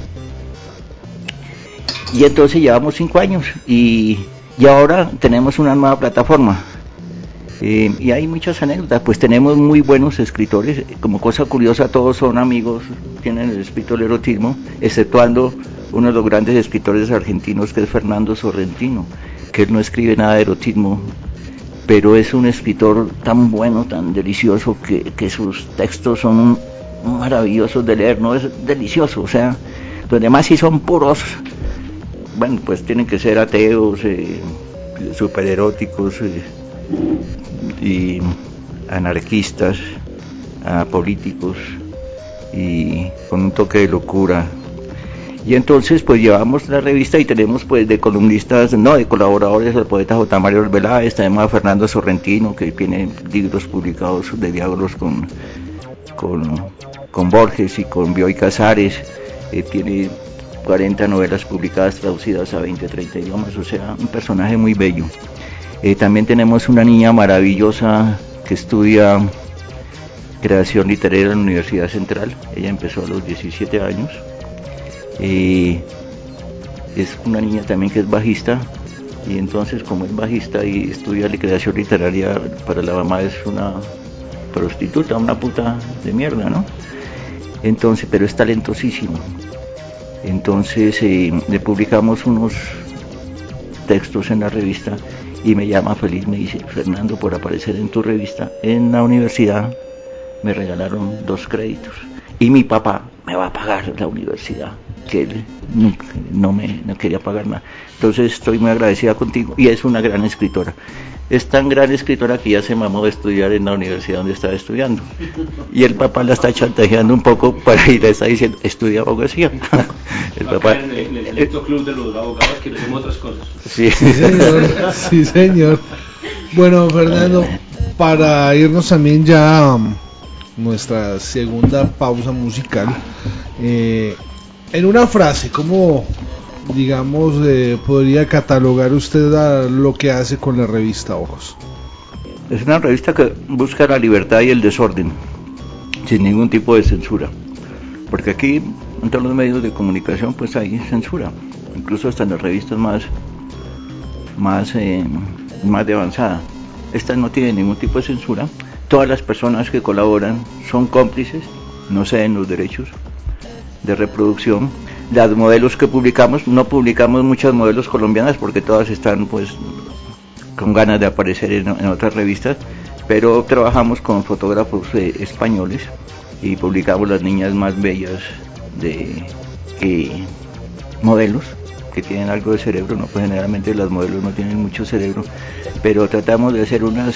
Y entonces llevamos cinco años y, y ahora tenemos una nueva plataforma. Eh, y hay muchas anécdotas, pues tenemos muy buenos escritores, como cosa curiosa todos son amigos, tienen el espíritu del erotismo, exceptuando uno de los grandes escritores argentinos que es Fernando Sorrentino, que él no escribe nada de erotismo, pero es un escritor tan bueno, tan delicioso, que, que sus textos son maravillosos de leer, no es delicioso, o sea, los demás sí son puros. Bueno, pues tienen que ser ateos, eh, supereróticos eh, y anarquistas, apolíticos y con un toque de locura. Y entonces pues llevamos la revista y tenemos pues de columnistas, no, de colaboradores al poeta J. Mario Arbeláez, tenemos a Fernando Sorrentino, que tiene libros publicados de diálogos con, con, con Borges y con Bioy Casares, eh, tiene cuarenta novelas publicadas traducidas a veinte, treinta idiomas, o sea, un personaje muy bello. Eh, también tenemos una niña maravillosa que estudia creación literaria en la Universidad Central, ella empezó a los diecisiete años, eh, es una niña también que es bajista, y entonces como es bajista y estudia creación literaria, para la mamá es una prostituta, una puta de mierda, ¿no? Entonces, pero es talentosísima. Entonces eh, le publicamos unos textos en la revista y me llama feliz, me dice: Fernando, por aparecer en tu revista en la universidad me regalaron dos créditos y mi papá me va a pagar la universidad, que él nunca, no me no quería pagar nada. Entonces estoy muy agradecida contigo, y es una gran escritora. Es tan gran escritora que ya se mamó de estudiar en la universidad donde estaba estudiando. Y el papá la está chantajeando un poco para ir, le está diciendo: estudia abogacía. El papá, en el, en el selecto club de los abogados que le hacemos otras cosas. Sí, sí señor, sí señor. Bueno, Fernando, para irnos también ya a nuestra segunda pausa musical, eh, en una frase, ¿cómo, digamos, eh, podría catalogar usted a lo que hace con la revista Ojos? Es una revista que busca la libertad y el desorden, sin ningún tipo de censura, porque aquí en todos los medios de comunicación pues hay censura, incluso hasta en las revistas más más eh, más de avanzada. Esta no tiene ningún tipo de censura, todas las personas que colaboran son cómplices, no ceden los derechos de reproducción. Las modelos que publicamos, no publicamos muchas modelos colombianas porque todas están pues con ganas de aparecer en, en otras revistas, pero trabajamos con fotógrafos eh, españoles y publicamos las niñas más bellas de eh, modelos que tienen algo de cerebro, no, pues generalmente las modelos no tienen mucho cerebro, pero tratamos de hacer unas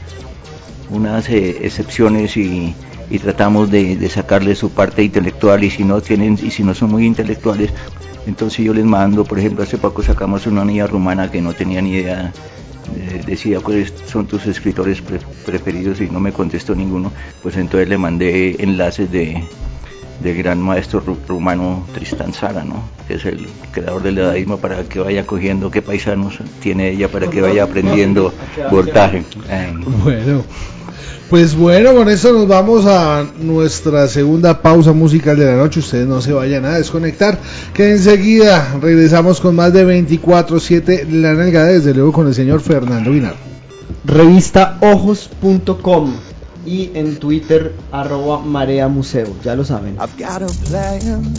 unas eh, excepciones y, y tratamos de, de sacarle su parte intelectual, y si no tienen y si no son muy intelectuales, entonces yo les mando, por ejemplo, hace poco sacamos una niña rumana que no tenía ni idea, eh, decía cuáles son tus escritores pre preferidos y no me contestó ninguno, pues entonces le mandé enlaces de del gran maestro rumano Tristan Tzara, ¿no?, que es el creador del dadaísmo, para que vaya cogiendo qué paisanos tiene ella, para que vaya aprendiendo voltaje. Bueno, pues bueno, con eso nos vamos a nuestra segunda pausa musical de la noche. Ustedes no se vayan a desconectar, que enseguida regresamos con más de veinticuatro siete La Nalgada, desde luego con el señor Fernando Guinard. Revista ojos punto com y en Twitter arroba Marea Museo, ya lo saben. I've got a plan,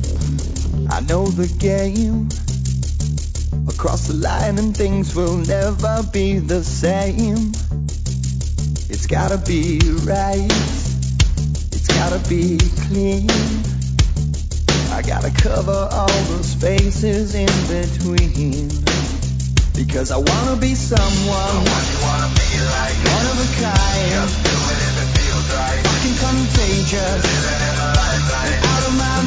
I know the game. Across the line and things will never be the same. It's gotta be right, it's gotta be clean. I gotta cover all the spaces in between. Because I wanna be someone, one of a kind, just do it if it feels right. Fucking contagious, and out of my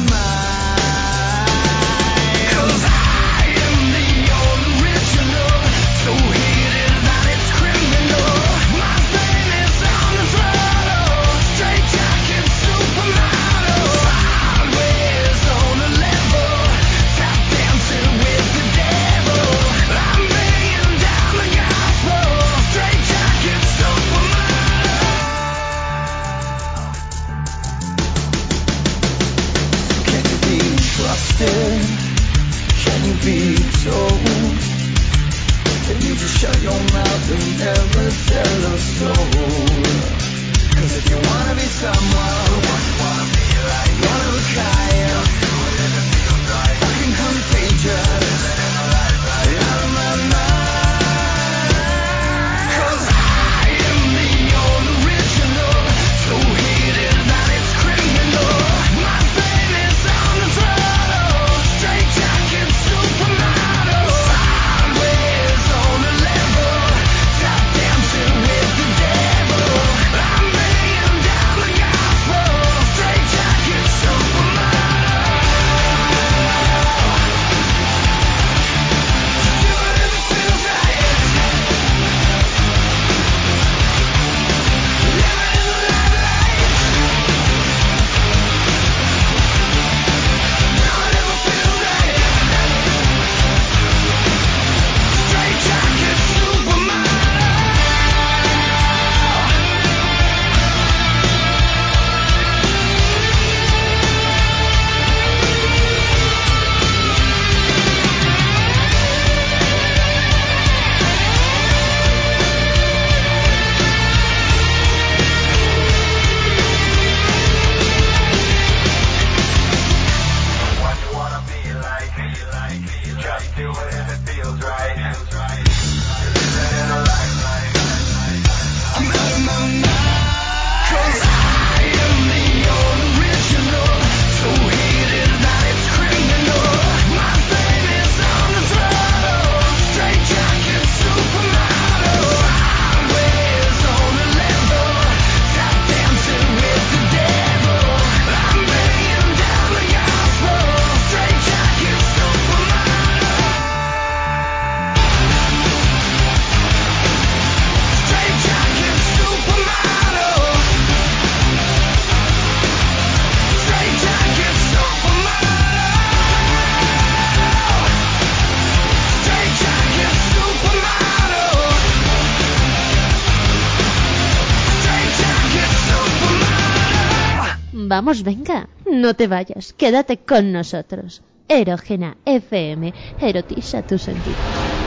mind. 'Cause I am the original, so heated that it's criminal. My fame is on the throttle, straight jacket supermodel. Sideways on a level, tap dancing with the devil. I'm laying down the gospel, straight jacket supermodel. Can you be trusted? Can you be told? Can you just shut your mouth and never tell a soul? 'Cause if you wanna be someone, wanna be like one of a kind, fucking contagious, out of my mind. 'Cause I am the original, so heated that it's criminal. My fame is on the throttle, straight jacket supermodel. Sideways on a level, tap dancing with the devil. I'm laying down the gospel, straight jacket supermodel. Do it if it feels right. Live it in the limelight. Do it if it feels right. Straight jacket supermodel. What you wanna be like? Just do it if it feels right. Live it in a limelight. I'm out of my mind. 'Cause I am the original, so heated that it's criminal. My fame is on the throttle, straight jacket supermodel. Sideways on a level, tap dancing with the devil. I'm laying down the gospel, straight jacket supermodel. Straight jacket supermodel. Straight jacket supermodel. Straight jacket supermodel. Straight jacket supermodel. Vamos, venga, no te vayas, quédate con nosotros. Erógena F M, erotiza tu sentido.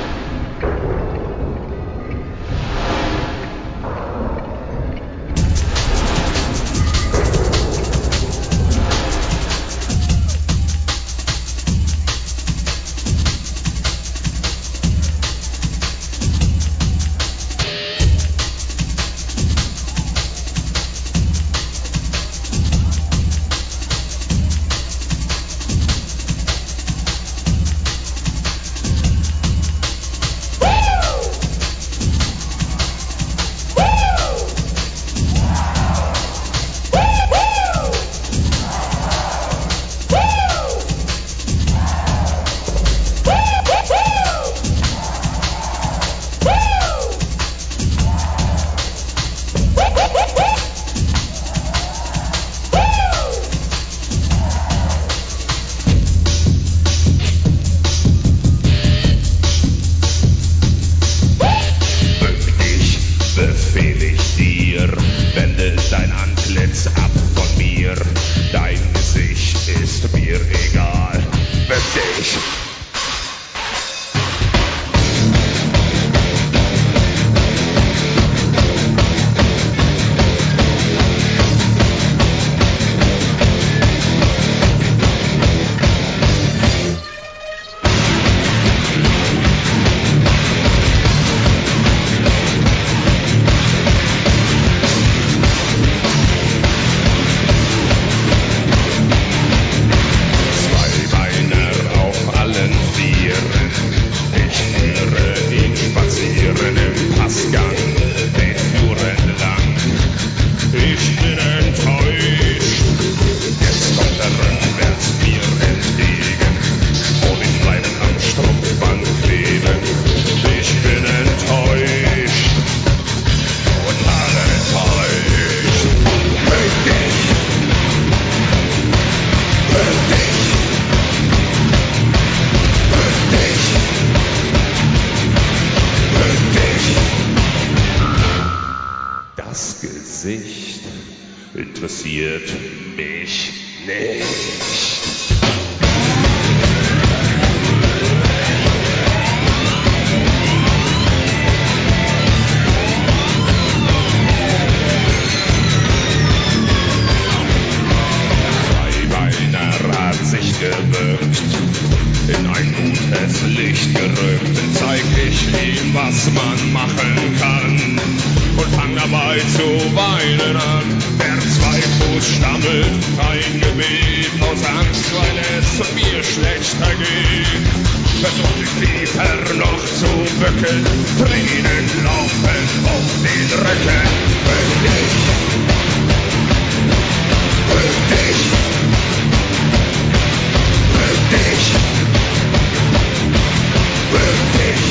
Befehl ich dir, wende dein Antlitz ab von mir. Dein Gesicht ist mir egal. Bück dich. Das Gesicht interessiert mich nicht. Zweibeiner hat sich gewirkt, in ein gutes Licht gerückt, zeig ich ihm, was man machen kann und fang dabei zu weinen an. Der zwei Fuß stammelt, ein Gebet aus Angst, weil es mir schlechter geht. Versucht sich tiefer noch zu bücken, Tränen laufen auf den Rücken. Bück dich, bück dich, bück dich, bück dich.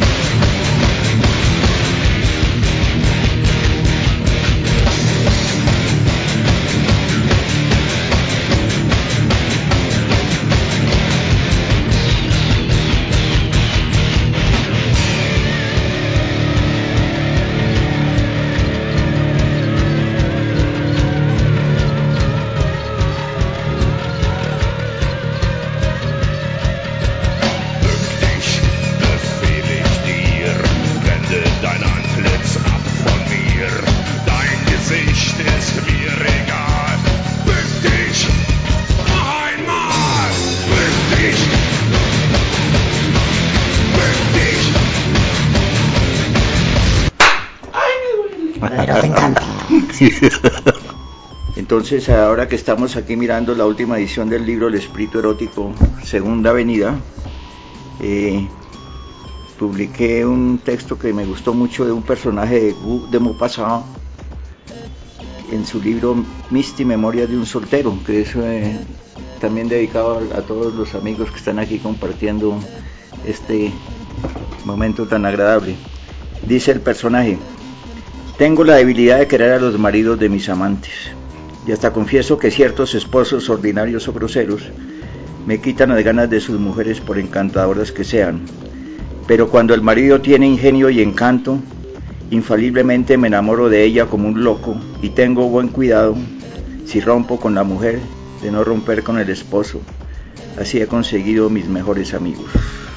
Entonces, ahora que estamos aquí mirando la última edición del libro El Espíritu Erótico, Segunda Avenida, eh, publiqué un texto que me gustó mucho de un personaje de Guy de Maupassant en su libro Misty, Memoria de un soltero, que es eh, también dedicado a, a todos los amigos que están aquí compartiendo este momento tan agradable. Dice el personaje: tengo la debilidad de querer a los maridos de mis amantes, y hasta confieso que ciertos esposos ordinarios o groseros me quitan las ganas de sus mujeres por encantadoras que sean, pero cuando el marido tiene ingenio y encanto, infaliblemente me enamoro de ella como un loco, y tengo buen cuidado, si rompo con la mujer, de no romper con el esposo. Así he conseguido mis mejores amigos.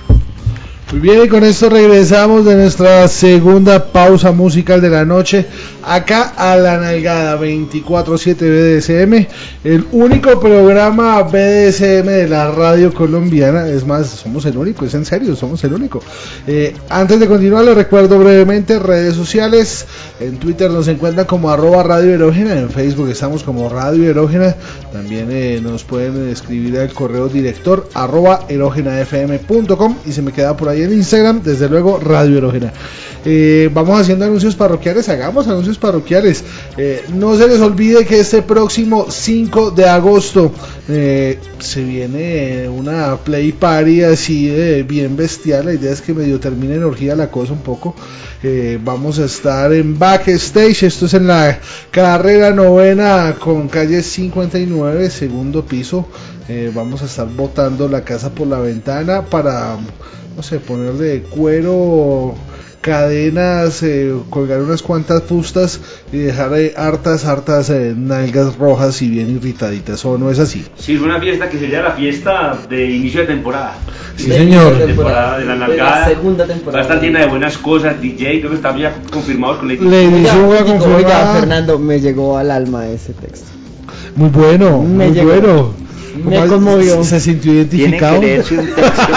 Muy bien, y con esto regresamos de nuestra segunda pausa musical de la noche, acá a La Nalgada veinticuatro siete B D S M, el único programa B D S M de la radio colombiana. Es más, somos el único, es en serio, somos el único. Eh, antes de continuar, les recuerdo brevemente redes sociales. En Twitter nos encuentran como arroba Radio Erógena, en Facebook estamos como Radio Erógena. También eh, nos pueden escribir al correo director arroba erógenafm punto com, y se me queda por ahí en Instagram, desde luego, Radio Erógena. Eh, vamos haciendo anuncios parroquiales, hagamos anuncios parroquiales. Eh, no se les olvide que este próximo cinco de agosto eh, se viene una play party así de bien bestial. La idea es que medio termine en orgía la cosa un poco. Eh, vamos a estar en Backstage, esto es en la carrera novena con calle cincuenta y nueve, segundo piso. Eh, vamos a estar botando la casa por la ventana para, no sé, ponerle cuero, cadenas, eh, colgar unas cuantas fustas y dejar eh, hartas, hartas eh, nalgas rojas y bien irritaditas, ¿o no es así? Sí, es una fiesta que sería la fiesta de inicio de temporada. Sí, señor. De temporada de la Nalgada. De la segunda temporada. Va a estar llena de buenas cosas, D J, creo que estamos ya confirmados con la Lady Suga confirmada. Oiga, Fernando, me llegó al alma ese texto. Muy bueno, Me muy llegó. bueno. Me conmovió. ¿Se sintió identificado? Tienen que leerse un texto.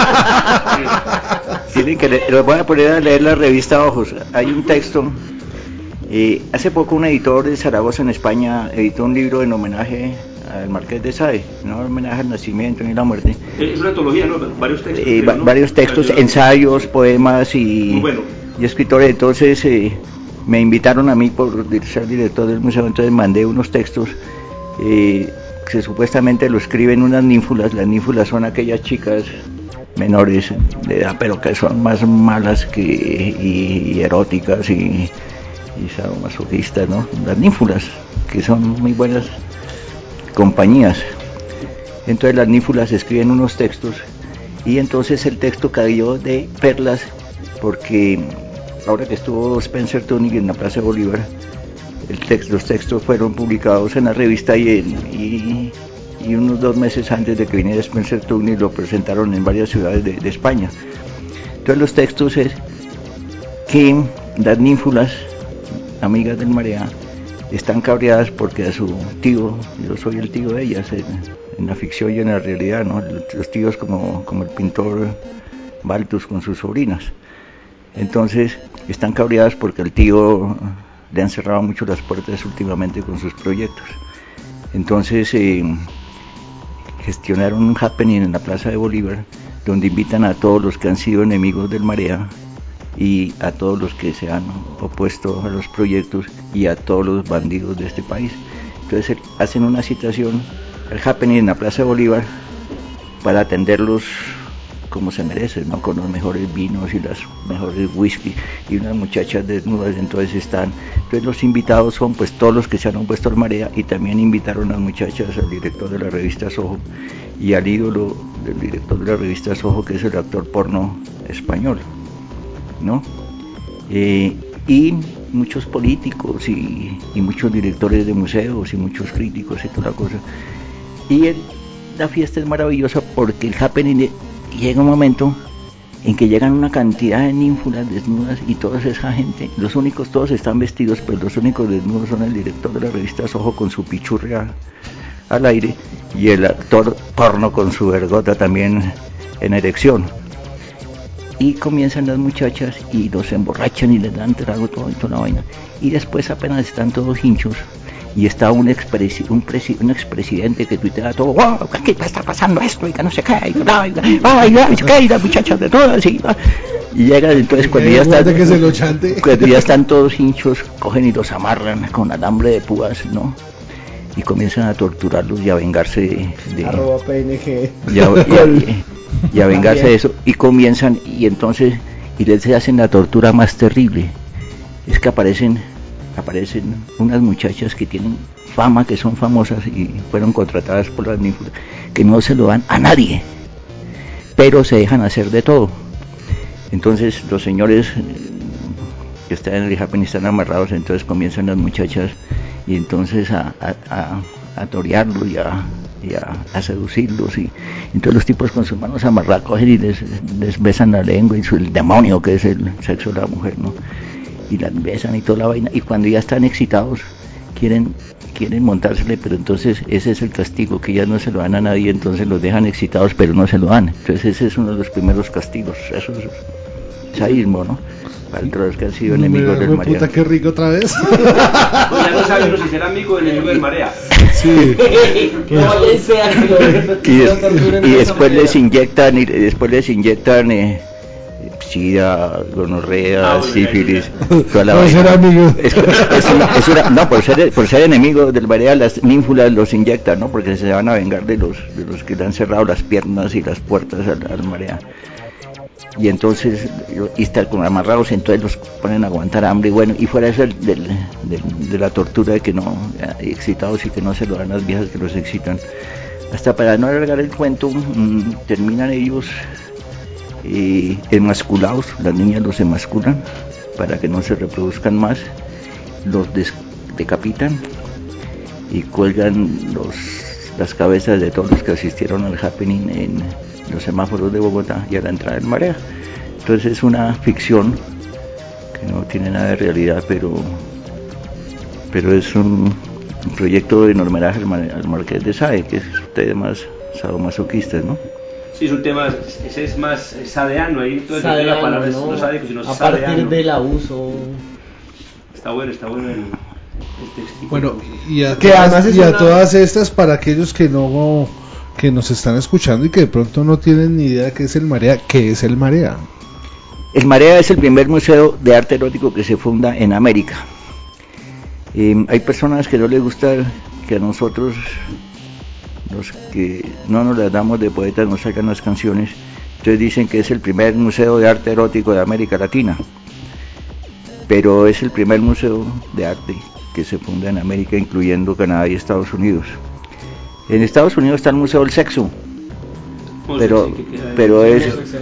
Tienen que leer, los voy a poner a leer la revista Ojos. Hay un texto. Eh, hace poco un editor de Zaragoza, en España, editó un libro en homenaje al Marqués de Sade, no homenaje al nacimiento ni la muerte. Es una antología, ¿no? Varios textos. Eh, va, ¿no? Varios textos, ensayos, poemas y, Muy bueno. y escritores. Entonces eh, me invitaron a mí por ser director del museo, entonces mandé unos textos eh, que supuestamente lo escriben unas ninfulas. Las ninfulas son aquellas chicas menores de edad, pero que son más malas que y, y eróticas y, y sadomasoquistas, ¿no? Las ninfulas, que son muy buenas compañías. Entonces las ninfulas escriben unos textos, y entonces el texto cayó de perlas, porque ahora que estuvo Spencer Tunick en la Plaza de Bolívar, el text, los textos fueron publicados en la revista y, en, y, y unos dos meses antes de que viniera Spencer Tugny lo presentaron en varias ciudades de, de España. Entonces los textos es que las ninfulas, amigas del Marea, están cabreadas porque a su tío, yo soy el tío de ellas, en, en la ficción y en la realidad, ¿no? Los tíos como, como el pintor Baltus con sus sobrinas. Entonces están cabreadas porque el tío le han cerrado mucho las puertas últimamente con sus proyectos. Entonces eh, gestionaron un happening en la Plaza de Bolívar donde invitan a todos los que han sido enemigos del Marea y a todos los que se han opuesto a los proyectos y a todos los bandidos de este país. Entonces hacen una citación, el happening en la Plaza de Bolívar, para atenderlos como se merecen, ¿no? Con los mejores vinos y las mejores whisky y unas muchachas desnudas. Entonces están, entonces los invitados son pues todos los que se han opuesto al Marea, y también invitaron a las muchachas al director de la revista Soho y al ídolo del director de la revista Soho, que es el actor porno español, ¿no? Eh, y muchos políticos y, y muchos directores de museos y muchos críticos y toda la cosa. Y el, la fiesta es maravillosa porque el happening llega un momento en que llegan una cantidad de ninfulas desnudas y toda esa gente, los únicos, todos están vestidos, pero los únicos desnudos son el director de la revista Soho con su pichurria al aire y el actor porno con su vergota también en erección. Y comienzan las muchachas y los emborrachan y les dan trago todo y toda la vaina. Y después apenas están todos hinchos y está un, expresi un, presi un expresidente que tuitea todo, wow, ¿qué está pasando esto? Y que no sé qué, y, ay, ay, ay, y las muchachas de todas, y, y llegan, entonces cuando ya, están, que se lo chante. cuando ya están todos hinchos, cogen y los amarran con alambre de púas, ¿no? Y comienzan a torturarlos y a vengarse de... de arroba P N G. Y a, y a, y, y a vengarse de eso, y comienzan, y entonces, y les hacen la tortura más terrible, es que aparecen... aparecen unas muchachas que tienen fama, que son famosas y fueron contratadas por las ninfulas, que no se lo dan a nadie, pero se dejan hacer de todo. Entonces los señores que están en el happening están amarrados, entonces comienzan las muchachas y entonces a, a, a, a torearlos y, a, y a, a seducirlos, y entonces los tipos con sus manos amarradas cogen y les, les besan la lengua y su, el demonio que es el sexo de la mujer, ¿no? Y las besan y toda la vaina, y cuando ya están excitados quieren quieren montársele, pero entonces ese es el castigo, que ya no se lo dan a nadie, entonces los dejan excitados pero no se lo dan. Entonces ese es uno de los primeros castigos. Eso es sadismo, ¿no? Para los que han sido no, enemigos del Marea. Puta, qué rico otra vez. Ya no saben si será amigo o enemigo del Marea. Sí. y, des, y después les inyectan y después les inyectan eh, sida, gonorrea, ah, sífilis, toda la vaina. Es, es una, es una, no, por ser, por ser enemigo del Marea, las ninfulas los inyectan, ¿no? Porque se van a vengar de los, de los que le han cerrado las piernas y las puertas al, al Marea. Y entonces, y están como amarrados, entonces los ponen a aguantar hambre, y bueno, y fuera eso del, del, del, de la tortura de que no, excitados y que no se lo dan las viejas que los excitan. Hasta para no alargar el cuento, mmm, terminan ellos eh, emasculados, las niñas los emasculan para que no se reproduzcan más, los des decapitan y cuelgan los, las cabezas de todos los que asistieron al happening en los semáforos de Bogotá y a la entrada del Marea. Entonces es una ficción que no tiene nada de realidad, pero pero es un, un proyecto en homenaje al, Mar al Marqués de Sade, que es ustedes más sadomasoquistas, ¿no? Sí, es un tema, ese es más sadeano, ahí entonces sadeano, la palabra ¿no? No sádico, sino a sadeano. partir del abuso. Está bueno, está bueno el, el textito. Bueno, y a, todas, y a una... todas estas, para aquellos que no que nos están escuchando y que de pronto no tienen ni idea de qué es el Marea, ¿qué es el Marea? El Marea es el primer museo de arte erótico que se funda en América. Eh, hay personas que no les gusta que a nosotros, los que no nos las damos de poetas, nos sacan las canciones, entonces dicen que es el primer museo de arte erótico de América Latina, pero es el primer museo de arte que se funda en América, incluyendo Canadá y Estados Unidos. En Estados Unidos está el Museo del Sexo, pero, pero es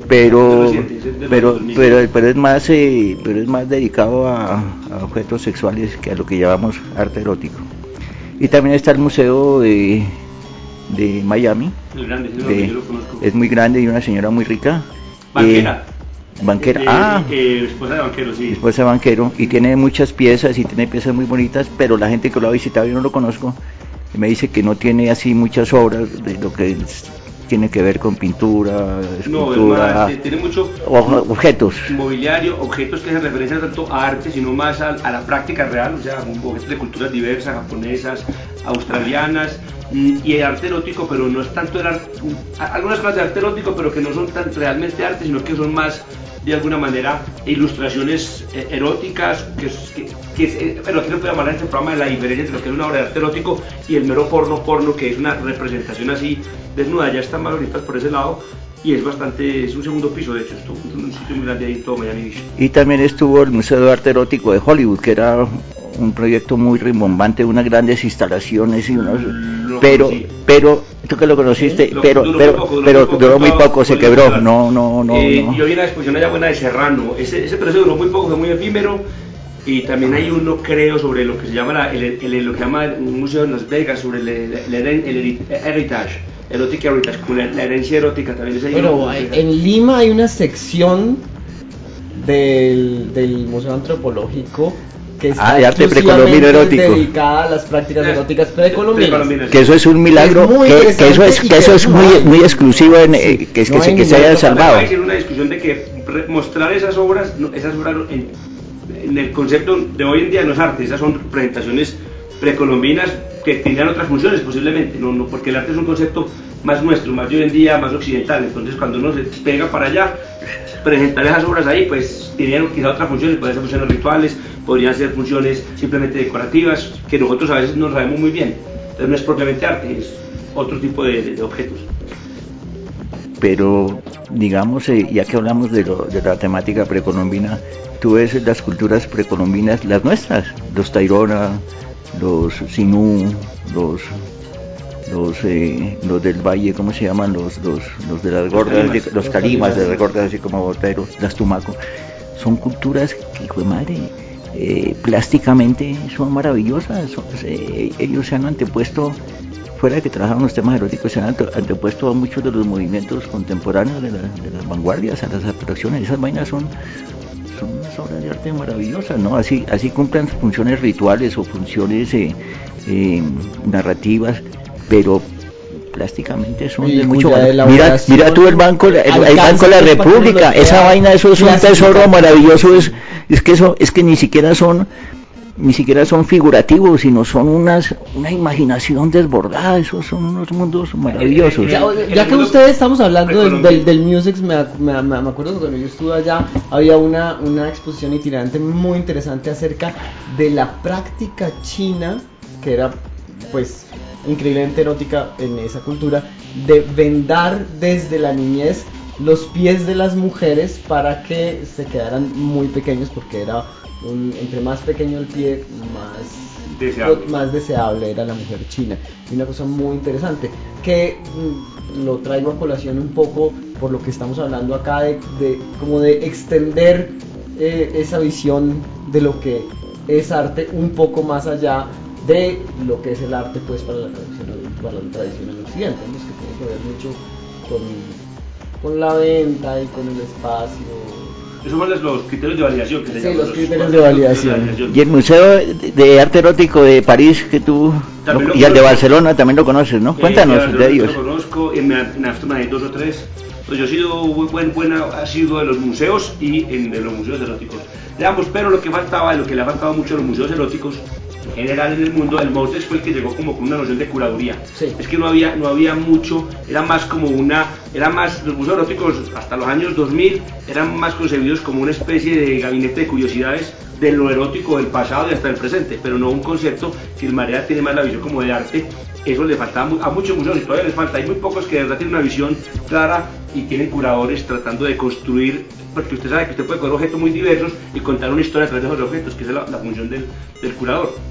pero pero pero pero es más eh, pero es más dedicado a, a objetos sexuales que a lo que llamamos arte erótico. Y también está el museo de, de Miami, el grande, sí, de, yo lo conozco. es muy grande y una señora muy rica, banquera eh, banquera, eh, ah eh, esposa de banquero, sí, esposa de banquero, y tiene muchas piezas y tiene piezas muy bonitas, pero la gente que lo ha visitado, yo no lo conozco, me dice que no tiene así muchas obras de lo que es, tiene que ver con pintura, escultura, no, más, tiene mucho objetos, mobiliario, objetos que se referencian tanto a arte, sino más a, a la práctica real, o sea, objetos de culturas diversas, japonesas, australianas, y el arte erótico, pero no es tanto el arte, algunas cosas de arte erótico, pero que no son tan realmente arte, sino que son más, de alguna manera, ilustraciones eh, eróticas, que, que, que es, eh, pero aquí no puede llamar en este programa de la diferencia entre lo que es una obra de arte erótico y el mero porno porno, que es una representación así desnuda. Ya están valorizadas por ese lado, y es bastante, es un segundo piso, de hecho, estuvo en un sitio muy grande ahí en todo Miami Beach. Y también estuvo el Museo de Arte Erótico de Hollywood, que era un proyecto muy rimbombante, unas grandes instalaciones y unos, lo pero conocí. pero tú que lo conociste, Lo, pero duró pero muy poco, duró pero muy poco, duró muy estaba poco, se Hollywood quebró, Central. no no no, eh, no. Yo vi una exposición allá buena de Serrano, ese, ese pero ese duró muy poco, fue muy efímero. Y también hay uno, creo, sobre lo que se llama la, el, el, el, lo que llama un museo en Las Vegas, sobre el, el, el, el, el heritage, erotic heritage, como la, la herencia erótica también. Es Bueno, en Lima hay una sección del, del Museo Antropológico que está ah, de arte precolombino erótico, dedicada a las prácticas eróticas precolombinas. Que eso es un milagro, es que, que eso es que eso es muy no muy exclusivo en, sí, eh, que es no que, se, que se haya salvado. Hay una discusión de que mostrar esas obras, esas obras en, en el concepto de hoy en día no es arte, esas son presentaciones precolombinas que tenían otras funciones posiblemente, no, no, porque el arte es un concepto más nuestro, más de hoy en día, más occidental. Entonces cuando uno se pega para allá, presentar esas obras ahí, pues tenían quizá otras funciones, podrían ser funciones rituales, podrían ser funciones simplemente decorativas, que nosotros a veces no sabemos muy bien. Entonces no es propiamente arte, es otro tipo de, de, de objetos. Pero digamos, eh, ya que hablamos de, lo, de la temática precolombina, tú ves las culturas precolombinas, las nuestras, los Tairona, los Sinú, los los eh, los del valle, ¿cómo se llaman? Los los los de las gordas, de, los carimas, de las gordas, así como boteros, las tumaco, son culturas que, hijo de madre, eh, plásticamente son maravillosas. Son, eh, ellos se han antepuesto, fuera de que trabajaban los temas eróticos, se han antepuesto a muchos de los movimientos contemporáneos de, la, de las vanguardias, a las abstracciones. Esas vainas son son unas obras de arte maravillosas, ¿no? Así así cumplen funciones rituales o funciones eh, eh, narrativas, pero plásticamente son y de mucho valor. Mira, mira tú el banco, el, el banco de la República, esa vaina, eso es un tesoro maravilloso, es, es que eso, es que ni siquiera son, ni siquiera son figurativos, sino son unas, una imaginación desbordada, esos son unos mundos maravillosos. Ya, ya que ustedes estamos hablando del, del, del Musex, me, me, me acuerdo que cuando yo estuve allá, había una, una exposición itinerante muy interesante acerca de la práctica china, que era, pues, increíblemente erótica en esa cultura, de vendar desde la niñez los pies de las mujeres para que se quedaran muy pequeños, porque era un, entre más pequeño el pie, más deseable. más deseable era la mujer china. Y una cosa muy interesante que mm, lo traigo a colación un poco por lo que estamos hablando acá de, de como de extender eh, esa visión de lo que es arte un poco más allá de lo que es el arte, pues, para la tradición, para la tradición en Occidente, ¿no? Es que tiene que ver mucho con, con la venta y con el espacio. Esos son los criterios de validación que se sí, llaman. los criterios de validación. Y el Museo de Arte Erótico de París, que tú, lo, y el de Barcelona también lo conoces, ¿no? Cuéntanos eh, de, de ellos. Yo lo conozco, y en Amsterdam hay dos o tres. Pues yo he sido muy buen, buena, ha sido de los museos y en, de los museos eróticos. De ambos, pero lo que faltaba, lo que le ha faltado mucho a los museos eróticos, en general en el mundo, el Musex fue el que llegó como con una noción de curaduría. Sí. Es que no había, no había mucho, era más como una, era más, los museos eróticos hasta los años dos mil eran más concebidos como una especie de gabinete de curiosidades de lo erótico del pasado y hasta del presente, pero no un concepto que el Marea tiene más la visión como de arte. Eso le faltaba a muchos museos y todavía les falta. Hay muy pocos que de verdad tienen una visión clara y tienen curadores tratando de construir, porque usted sabe que usted puede coger objetos muy diversos y contar una historia a través de esos objetos, que es la, la función del, del curador.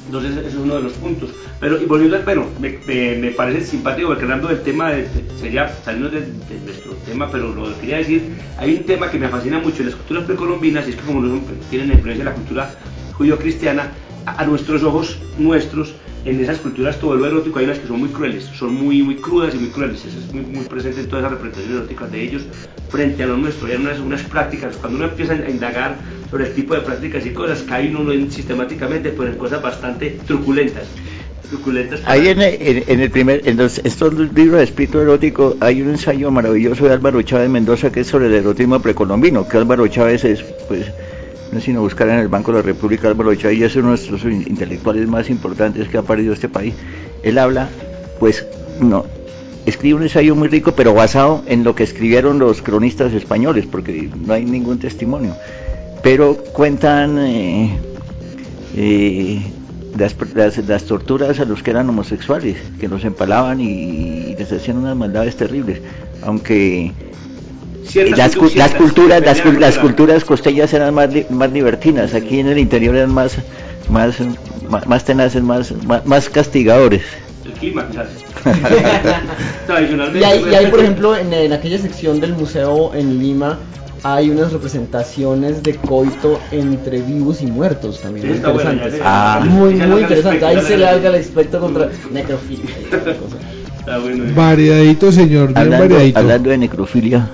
Entonces ese es uno de los puntos. Pero, y volviendo al, bueno, me, me, me parece simpático, porque hablando del tema, de, de, sería salimos de, de nuestro tema, pero lo que quería decir, hay un tema que me fascina mucho en las culturas precolombinas, y es que como no son, tienen influencia de la cultura judío-cristiana, a, a nuestros ojos, nuestros, en esas culturas todo lo erótico hay unas que son muy crueles, son muy muy crudas y muy crueles, eso es muy, muy presente en todas esas representaciones eróticas de ellos frente a lo nuestro. Hay unas, unas prácticas, cuando uno empieza a indagar sobre el tipo de prácticas y cosas, cae uno sistemáticamente pues, en cosas bastante truculentas. truculentas para... Ahí en, en, en el primer, en los, estos libros de espíritu erótico hay un ensayo maravilloso de Álvaro Chávez Mendoza que es sobre el erotismo precolombino, que Álvaro Chávez es, pues, no es sino buscar en el Banco de la República. Álvaro Chávez es uno de nuestros intelectuales más importantes que ha parido este país. Él habla, pues, no, escribe un ensayo muy rico, pero basado en lo que escribieron los cronistas españoles, porque no hay ningún testimonio, pero cuentan eh, eh, las, las, las torturas a los que eran homosexuales, que los empalaban y, y les hacían unas maldades terribles, aunque Ciertas, las, ciertas, las culturas las, las culturas costeñas eran más, más libertinas, aquí en el interior eran más más más, más tenaces, más, más más castigadores. El clima, y, hay, y hay por ejemplo en, en aquella sección del museo en Lima hay unas representaciones de coito entre vivos y muertos también, muy interesantes. Bueno, ah, muy muy interesante. Ahí se le haga el experto contra necrofilia. Bueno, variadito, señor, bien hablando, variadito. Hablando de necrofilia.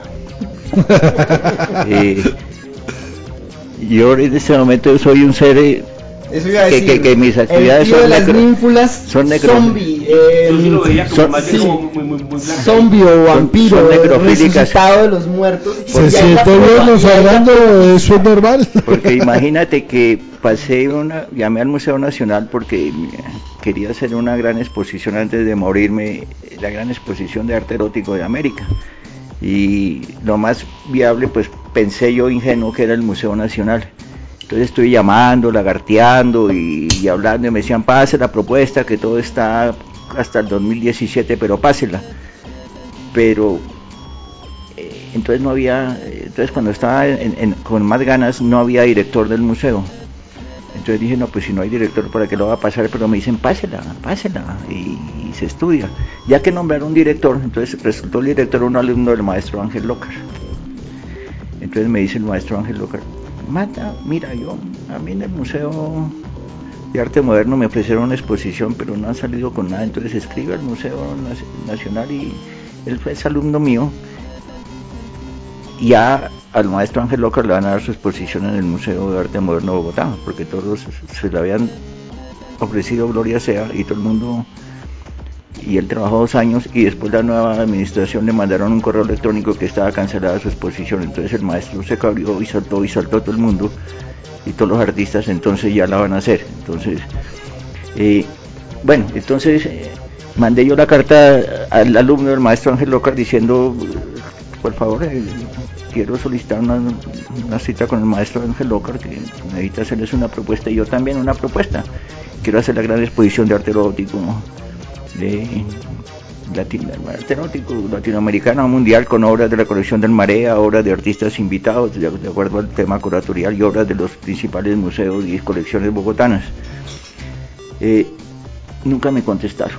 eh, yo en este momento soy un ser eh, Eso iba a decir, que, que, que mis actividades son, necro, las ninfulas son necro, zombie, eh, yo sí lo veía como son, más sí, como muy, muy, muy zombie o vampiro, son, son resucitado de los muertos. Se siente bueno hablando de eso, es normal. Porque imagínate que pasé una, llamé al Museo Nacional porque quería hacer una gran exposición antes de morirme, la gran exposición de arte erótico de América. Y lo más viable, pues pensé yo ingenuo que era el Museo Nacional. Entonces estoy llamando, lagarteando y, y hablando y me decían, pase la propuesta, que todo está hasta el dos mil diecisiete, pero pásela. Pero eh, entonces no había, entonces cuando estaba en, en, con más ganas no había director del museo. Entonces dije, no, pues si no hay director, ¿para qué lo va a pasar? Pero me dicen, pásela, pásela, y, y se estudia. Ya que nombraron un director, entonces resultó el director un alumno del maestro Ángel Lócar. Entonces me dice el maestro Ángel Lócar, Mata, mira, yo, a mí en el Museo de Arte Moderno me ofrecieron una exposición, pero no han salido con nada, entonces escribe al Museo Nacional, y él fue ese alumno mío. Ya al maestro Ángel Lócar le van a dar su exposición en el Museo de Arte Moderno de Bogotá, porque todos se le habían ofrecido, gloria sea, y todo el mundo, y él trabajó dos años, y después la nueva administración le mandaron un correo electrónico que estaba cancelada su exposición. Entonces el maestro se cabrió y saltó, y saltó todo el mundo, y todos los artistas entonces ya la van a hacer. Entonces, eh, bueno, entonces eh, mandé yo la carta al alumno del maestro Ángel Lócar diciendo, por favor, eh, quiero solicitar una, una cita con el maestro Ángel Lócar, que necesita hacerles una propuesta, y yo también una propuesta. Quiero hacer la gran exposición de arte erótico de Latino, arte erótico latinoamericano mundial, con obras de la colección del Marea, obras de artistas invitados de, de acuerdo al tema curatorial, y obras de los principales museos y colecciones bogotanas. Eh, nunca me contestaron.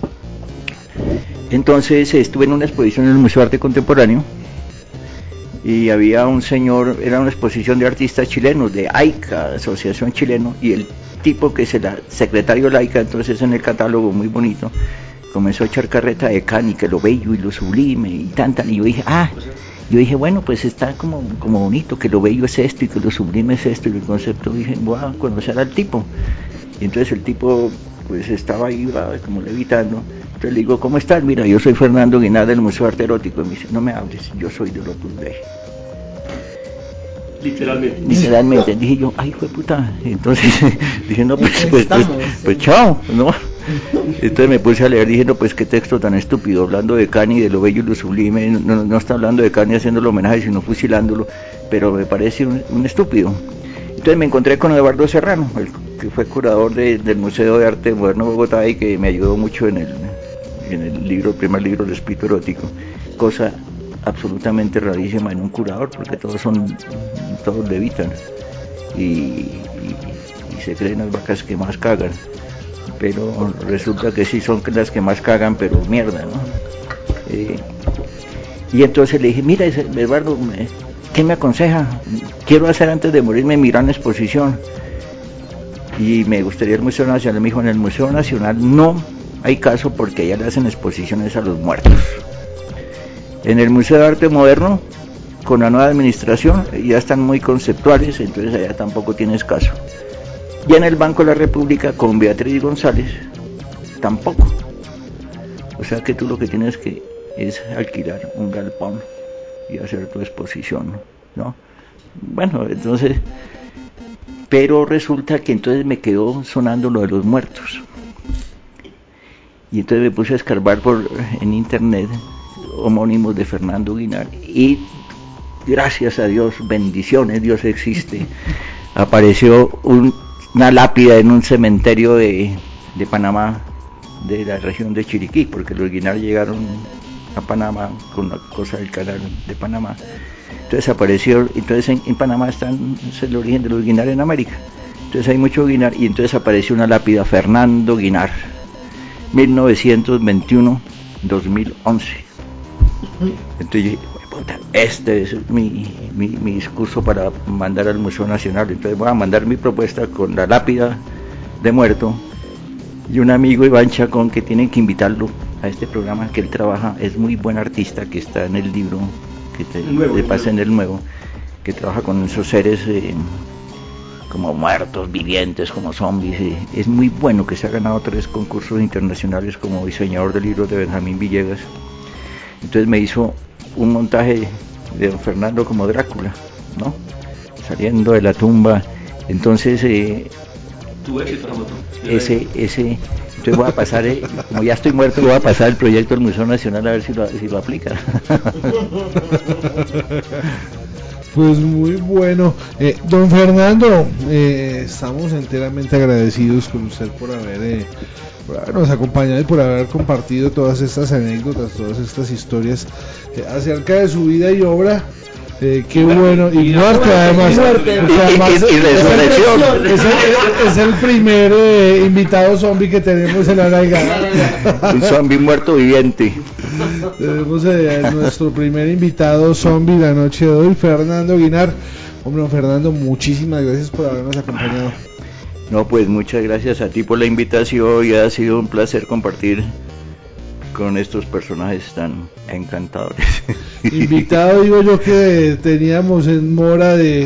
Entonces estuve en una exposición en el Museo de Arte Contemporáneo, y había un señor, era una exposición de artistas chilenos, de AICA, Asociación Chileno, y el tipo que es el secretario de la AICA, entonces en el catálogo muy bonito, comenzó a echar carreta de Cani, que lo bello y lo sublime y tanta, y yo dije, ah, yo dije, bueno, pues está como, como bonito, que lo bello es esto y que lo sublime es esto, y el concepto, dije, voy a conocer al tipo. Y entonces el tipo pues estaba ahí, va, como levitando. Entonces le digo, ¿cómo estás? Mira, yo soy Fernando Guinard del Museo de Arte Erótico. Y me dice, no me hables, yo soy del Opus Dei. Literalmente. Literalmente. Dije yo, ay, fue puta. Entonces dije, no, pues, pues, pues, pues chao, ¿no? Entonces me puse a leer, dije, no, pues qué texto tan estúpido, hablando de Cani, de lo bello y lo sublime. No, no está hablando de Cani haciéndole homenaje, sino fusilándolo, pero me parece un, un estúpido. Entonces me encontré con Eduardo Serrano, el que fue curador de, del Museo de Arte Moderno de Bogotá, y que me ayudó mucho en el, en el libro, el primer libro, El Espíritu Erótico, cosa absolutamente rarísima en un curador, porque todos son, todos levitan. y, y, y se creen las vacas que más cagan, pero resulta que sí son las que más cagan, pero mierda, ¿no? Eh, y entonces le dije, mira, Eduardo, ¿qué me aconseja? Quiero hacer antes de morirme mi gran exposición y me gustaría el Museo Nacional. Me dijo, en el Museo Nacional no hay caso porque ya le hacen exposiciones a los muertos. En el Museo de Arte Moderno, con la nueva administración, ya están muy conceptuales, entonces allá tampoco tienes caso. Y en el Banco de la República, con Beatriz González, tampoco. O sea que tú lo que tienes que es alquilar un galpón y hacer tu exposición, ¿no? Bueno, entonces, pero resulta que entonces me quedó sonando lo de los muertos. Y entonces me puse a escarbar por en internet homónimos de Fernando Guinart y gracias a Dios, bendiciones, Dios existe, apareció un, una lápida en un cementerio de, de Panamá, de la región de Chiriquí, porque los Guinart llegaron a Panamá con la cosa del canal de Panamá. Entonces apareció, entonces en, en Panamá están, es el origen de los Guinart en América, entonces hay mucho Guinart, y entonces apareció una lápida, Fernando Guinart, mil novecientos veintiuno a dos mil once. Entonces yo dije, puta, este es mi, mi, mi discurso para mandar al Museo Nacional. Entonces voy a mandar mi propuesta con la lápida de muerto y un amigo, Iván Chacón, que tienen que invitarlo a este programa, que él trabaja, es muy buen artista, que está en el libro que te, nuevo, te pasa en el nuevo, que trabaja con esos seres eh, como muertos, vivientes, como zombies. Eh, es muy bueno, que se ha ganado tres concursos internacionales como diseñador de libros de Benjamín Villegas. Entonces me hizo un montaje de don Fernando como Drácula, ¿no? Saliendo de la tumba. Entonces eh, tu éxito, ese, ese, entonces voy a pasar, eh, como ya estoy muerto, voy a pasar el proyecto del Museo Nacional a ver si lo, si lo aplica. Pues muy bueno. Eh, don Fernando, eh, estamos enteramente agradecidos con usted por haber eh, por habernos acompañado y por haber compartido todas estas anécdotas, todas estas historias eh, acerca de su vida y obra. Eh, qué bueno, y muerte además, muerte. además Y, y, y resurrección. Es, el, es el primer eh, invitado zombie que tenemos en la Naigada. Un zombie muerto viviente. Tenemos eh, nuestro primer invitado zombie la noche de hoy, Fernando Guinart. Hombre, don Fernando, muchísimas gracias por habernos acompañado. No, pues muchas gracias a ti por la invitación y ha sido un placer compartir con estos personajes tan encantadores. Invitado, digo yo, que teníamos en mora de,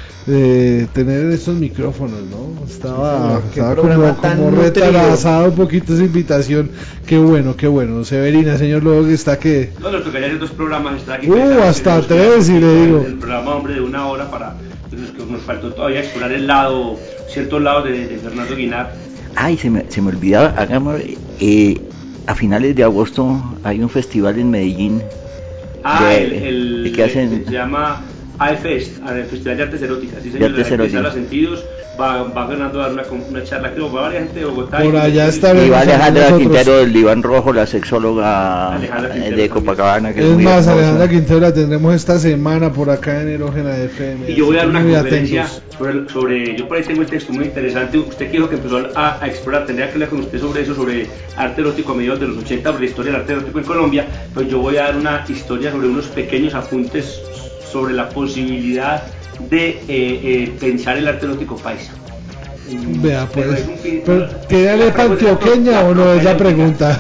de tener estos micrófonos, ¿no? Estaba, sí, estaba como, como retrasado un poquito esa invitación. Qué bueno, qué bueno. Severina, señor Lobo, que está que... No, nos tocaría hacer dos programas. Está aquí uh, hasta tres, y le digo. El programa, hombre, de una hora para... Nos, nos faltó todavía explorar el lado, ciertos lados de, de Fernando Guinart. Ay, se me, se me olvidaba, hagamos... Eh, a finales de agosto hay un festival en Medellín. Ah, de, el, el, de que hacen... se llama A E Fest, el Festival de Artes Eróticas. Sí, señor, de Artes Eróticas. Los Sentidos. Va, va Fernando a dar una, una charla, creo, va varias gente de Bogotá. Por y allá está. Y va Alejandra Quintero del Diván Rojo, la sexóloga de Copacabana. Que es, es muy más, hermosa. Alejandra Quintero la tendremos esta semana por acá en Erógena F M. Y yo voy a dar una conferencia sobre, sobre, yo por ahí tengo el texto muy interesante. Usted que dijo que empezó a, a explorar, tendría que hablar con usted sobre eso, sobre arte erótico a mediados de los ochenta, sobre la historia del arte erótico en Colombia. Pues yo voy a dar una historia sobre unos pequeños apuntes sobre la posibilidad de eh, eh, pensar el arte erótico paisa. Vea, pues, pero ¿queda arepa antioqueña o no? Es la pregunta.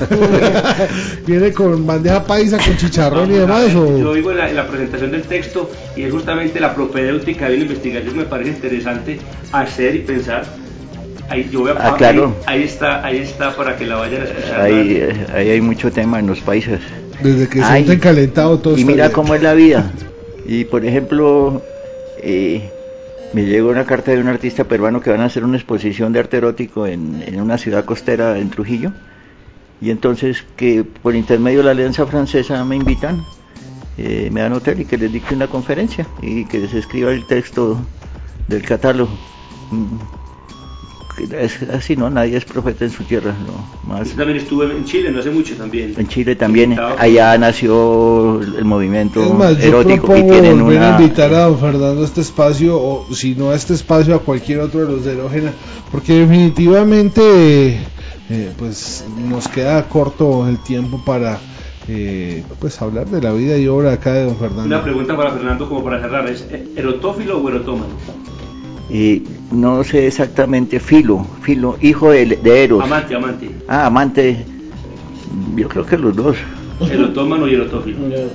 ¿Viene con bandeja paisa, con chicharrón no, y demás? No, o... Yo digo en la, en la presentación del texto, y es justamente la propedéutica de la investigación, me parece interesante hacer y pensar. Ahí, yo voy a, ah, claro. ahí, ahí está, ahí está para que la vayan a escuchar. Ahí, ahí hay mucho tema en los países. Desde que se sienten calentados todos. Y mira bien. Cómo es la vida. Y por ejemplo, eh, me llegó una carta de un artista peruano que van a hacer una exposición de arte erótico en, en una ciudad costera en Trujillo, y entonces que por intermedio de la Alianza Francesa me invitan, eh, me dan hotel y que les dicte una conferencia y que les escriba el texto del catálogo. es así, ¿no? Nadie es profeta en su tierra, ¿no? Más. Usted también estuvo en Chile, no hace mucho también. En Chile también, allá nació el movimiento Es más, yo erótico propongo y tienen volver una... a invitar a don Fernando a este espacio, o si no a este espacio, a cualquier otro de los de Erógena, porque definitivamente eh, pues nos queda corto el tiempo para eh, pues hablar de la vida y obra acá de don Fernando. Una pregunta para Fernando como para cerrar, ¿es erotófilo o erotómano? Eh, no sé exactamente, Filo, Filo, hijo de, de Eros. Amante, amante. Ah, amante, yo creo que los dos. Erotómano y erotófilo.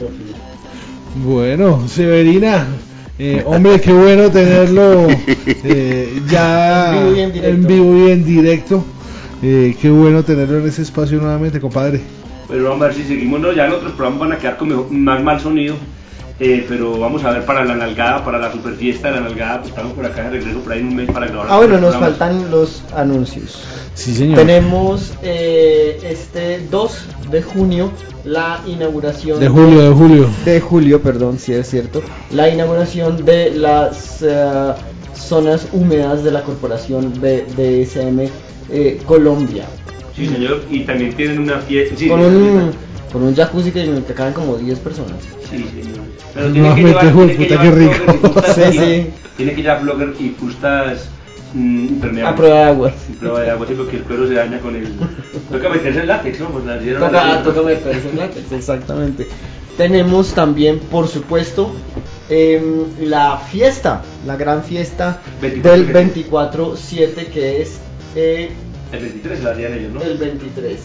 Bueno, Severina, eh, hombre, qué bueno tenerlo eh, ya en vivo y en directo. Eh, qué bueno tenerlo en ese espacio nuevamente, compadre. Pero vamos a ver si seguimos, no, ya en otros programas van a quedar con mejor, más mal sonido. Eh, pero vamos a ver para la nalgada, para la super fiesta de la nalgada, pues estamos por acá de regreso por ahí en un mes para grabar. Ah, bueno, nos faltan los anuncios. Sí, señor. Tenemos eh, este dos de junio la inauguración de julio, de julio. De julio, perdón, si es cierto. La inauguración de las uh, zonas húmedas de la corporación B D S M eh, Colombia. Sí, señor, y también tienen una fiesta. Sí, con, un, con un jacuzzi que, que caben como diez personas. Sí, señor. Pero tiene no, que llevar, tiene que llevar sí, sí. Tiene que llevar blogger y fustas mm, impermeables. A prueba de agua. A prueba de agua, sí, porque el cuero se daña con el... Toca meterse en látex, ¿no? Pues la toca, toca meterse en látex, exactamente. Tenemos también, por supuesto, eh, la fiesta, la gran fiesta del veinticuatro siete, que es... Eh, el veintitrés la harían ellos, ¿no? El veintitrés.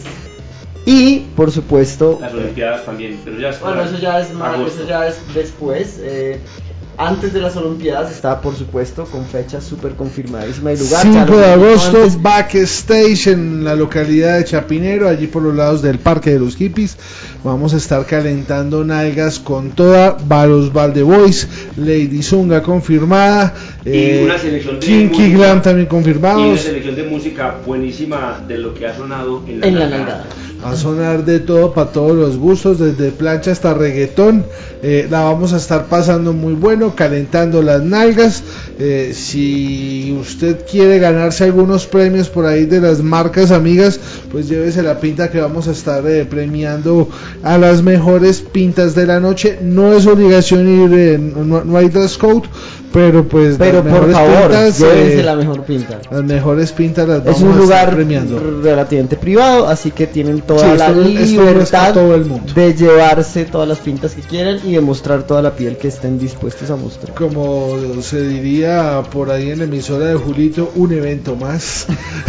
Y, por supuesto... Las Olimpiadas también, pero ya es... Bueno, eso ya es más, eso ya es después. Eh, antes de las Olimpiadas está, por supuesto, con fecha súper confirmadísima y lugar. cinco de agosto, antes. Backstage en la localidad de Chapinero, allí por los lados del Parque de los Hippies. Vamos a estar calentando nalgas con toda Varos Valde Boys, Lady Zunga confirmada, y eh, una selección de Kinky música, Glam también confirmados. Y una selección de música buenísima de lo que ha sonado en la, en la nalgada. A sonar de todo para todos los gustos, desde plancha hasta reggaetón. Eh, la vamos a estar pasando muy bueno, calentando las nalgas. Eh, si usted quiere ganarse algunos premios por ahí de las marcas amigas, pues llévese la pinta que vamos a estar eh, premiando a las mejores pintas de la noche. No es obligación ir, eh, no, no hay dress code, pero pues pero las por favor, pintas, llévense eh, la mejor pinta. Las mejores pintas las vamos es un a lugar estar premiando. Relativamente privado, así que tienen toda sí, la esto, libertad esto todo el mundo. de llevarse todas las pintas que quieran y de mostrar toda la piel que estén dispuestos a mostrar. Como se diría por ahí en la emisora de Julito, un evento más.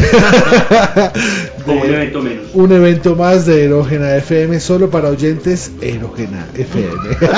de, un evento menos. Un evento más de Erógena F M, solo para oyentes Erógena F M.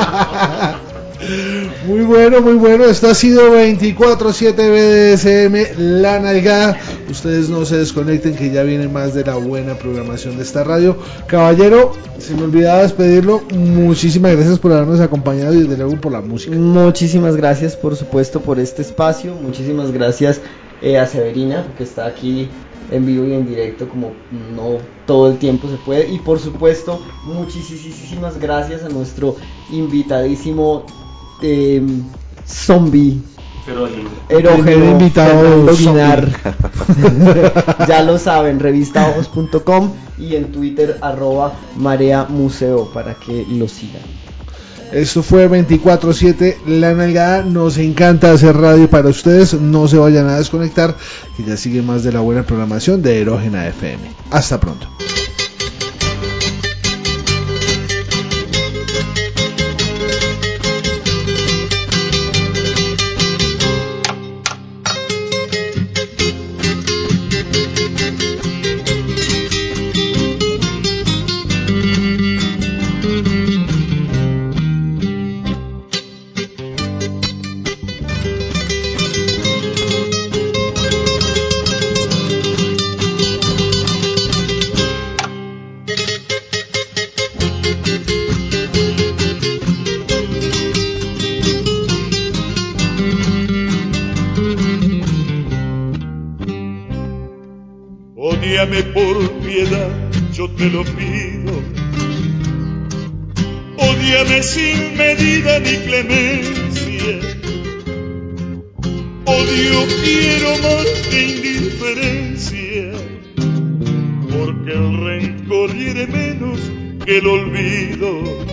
Muy bueno, muy bueno. Esto ha sido veinticuatro siete B D S M, La Nalgada. Ustedes no se desconecten, que ya viene más de la buena programación de esta radio. Caballero, se me olvidaba despedirlo. Muchísimas gracias por habernos acompañado y desde luego por la música. Muchísimas gracias, por supuesto, por este espacio. Muchísimas gracias eh, a Severina, que está aquí en vivo y en directo, como no todo el tiempo se puede. Y por supuesto, muchísimas gracias a nuestro invitadísimo eh, zombie erógeno invitado Guinar. Ya lo saben, revista ojos punto com y en Twitter arroba marea museo para que lo sigan. Esto fue veinticuatro siete La Nalgada. Nos encanta hacer radio para ustedes. No se vayan a desconectar, que ya sigue más de la buena programación de Erógena F M. Hasta pronto. Ódiame por piedad, yo te lo pido. Ódiame sin medida ni clemencia. Ódiame Odio quiero más que indiferencia, porque el rencor hiere menos que el olvido.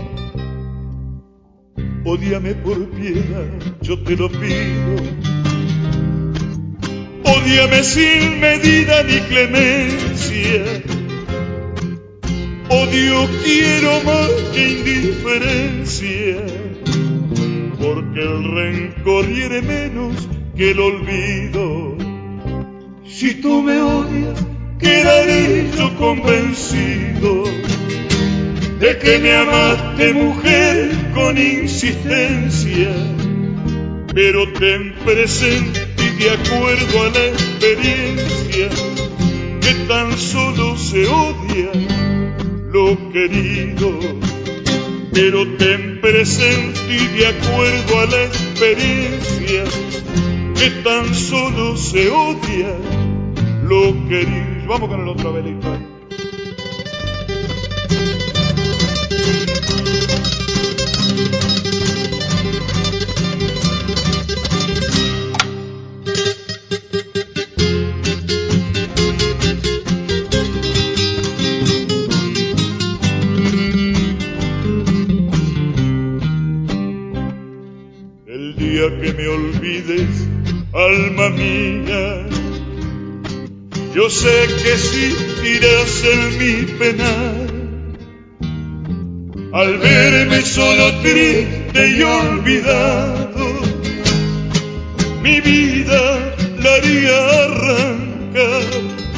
Ódiame por piedad, yo te lo pido. Ódiame sin medida ni clemencia. Odio quiero más que indiferencia, porque el rencor hiere menos que el olvido. Si tú me odias, quedaré yo convencido de que me amaste, mujer, con insistencia. Pero ten presente y de acuerdo a la experiencia, que tan solo se odia lo querido. Pero ten presente y de acuerdo a la experiencia, que tan solo se odia lo querido. Vamos con el otro velito. Que me olvides, alma mía, yo sé que existirás en mi penar. Al verme solo, triste y olvidado, mi vida la haría arrancar,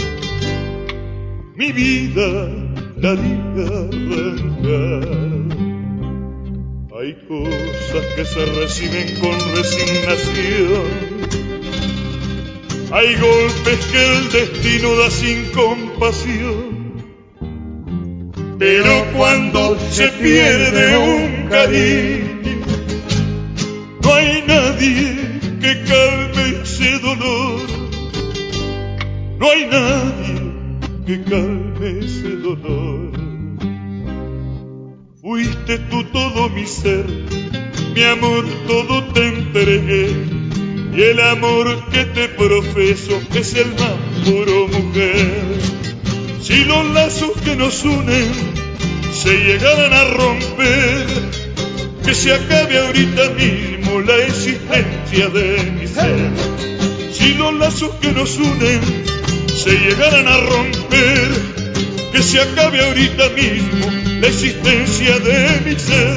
mi vida la haría arrancar. Hay cosas que se reciben con resignación, hay golpes que el destino da sin compasión, pero cuando se pierde un cariño, no hay nadie que calme ese dolor, no hay nadie que calme ese dolor. Fuiste tú todo mi ser, mi amor todo te entregué, y el amor que te profeso es el más puro, mujer. Si los lazos que nos unen se llegaran a romper, que se acabe ahorita mismo la existencia de mi ser. Si los lazos que nos unen se llegaran a romper, que se acabe ahorita mismo la existencia de mi ser.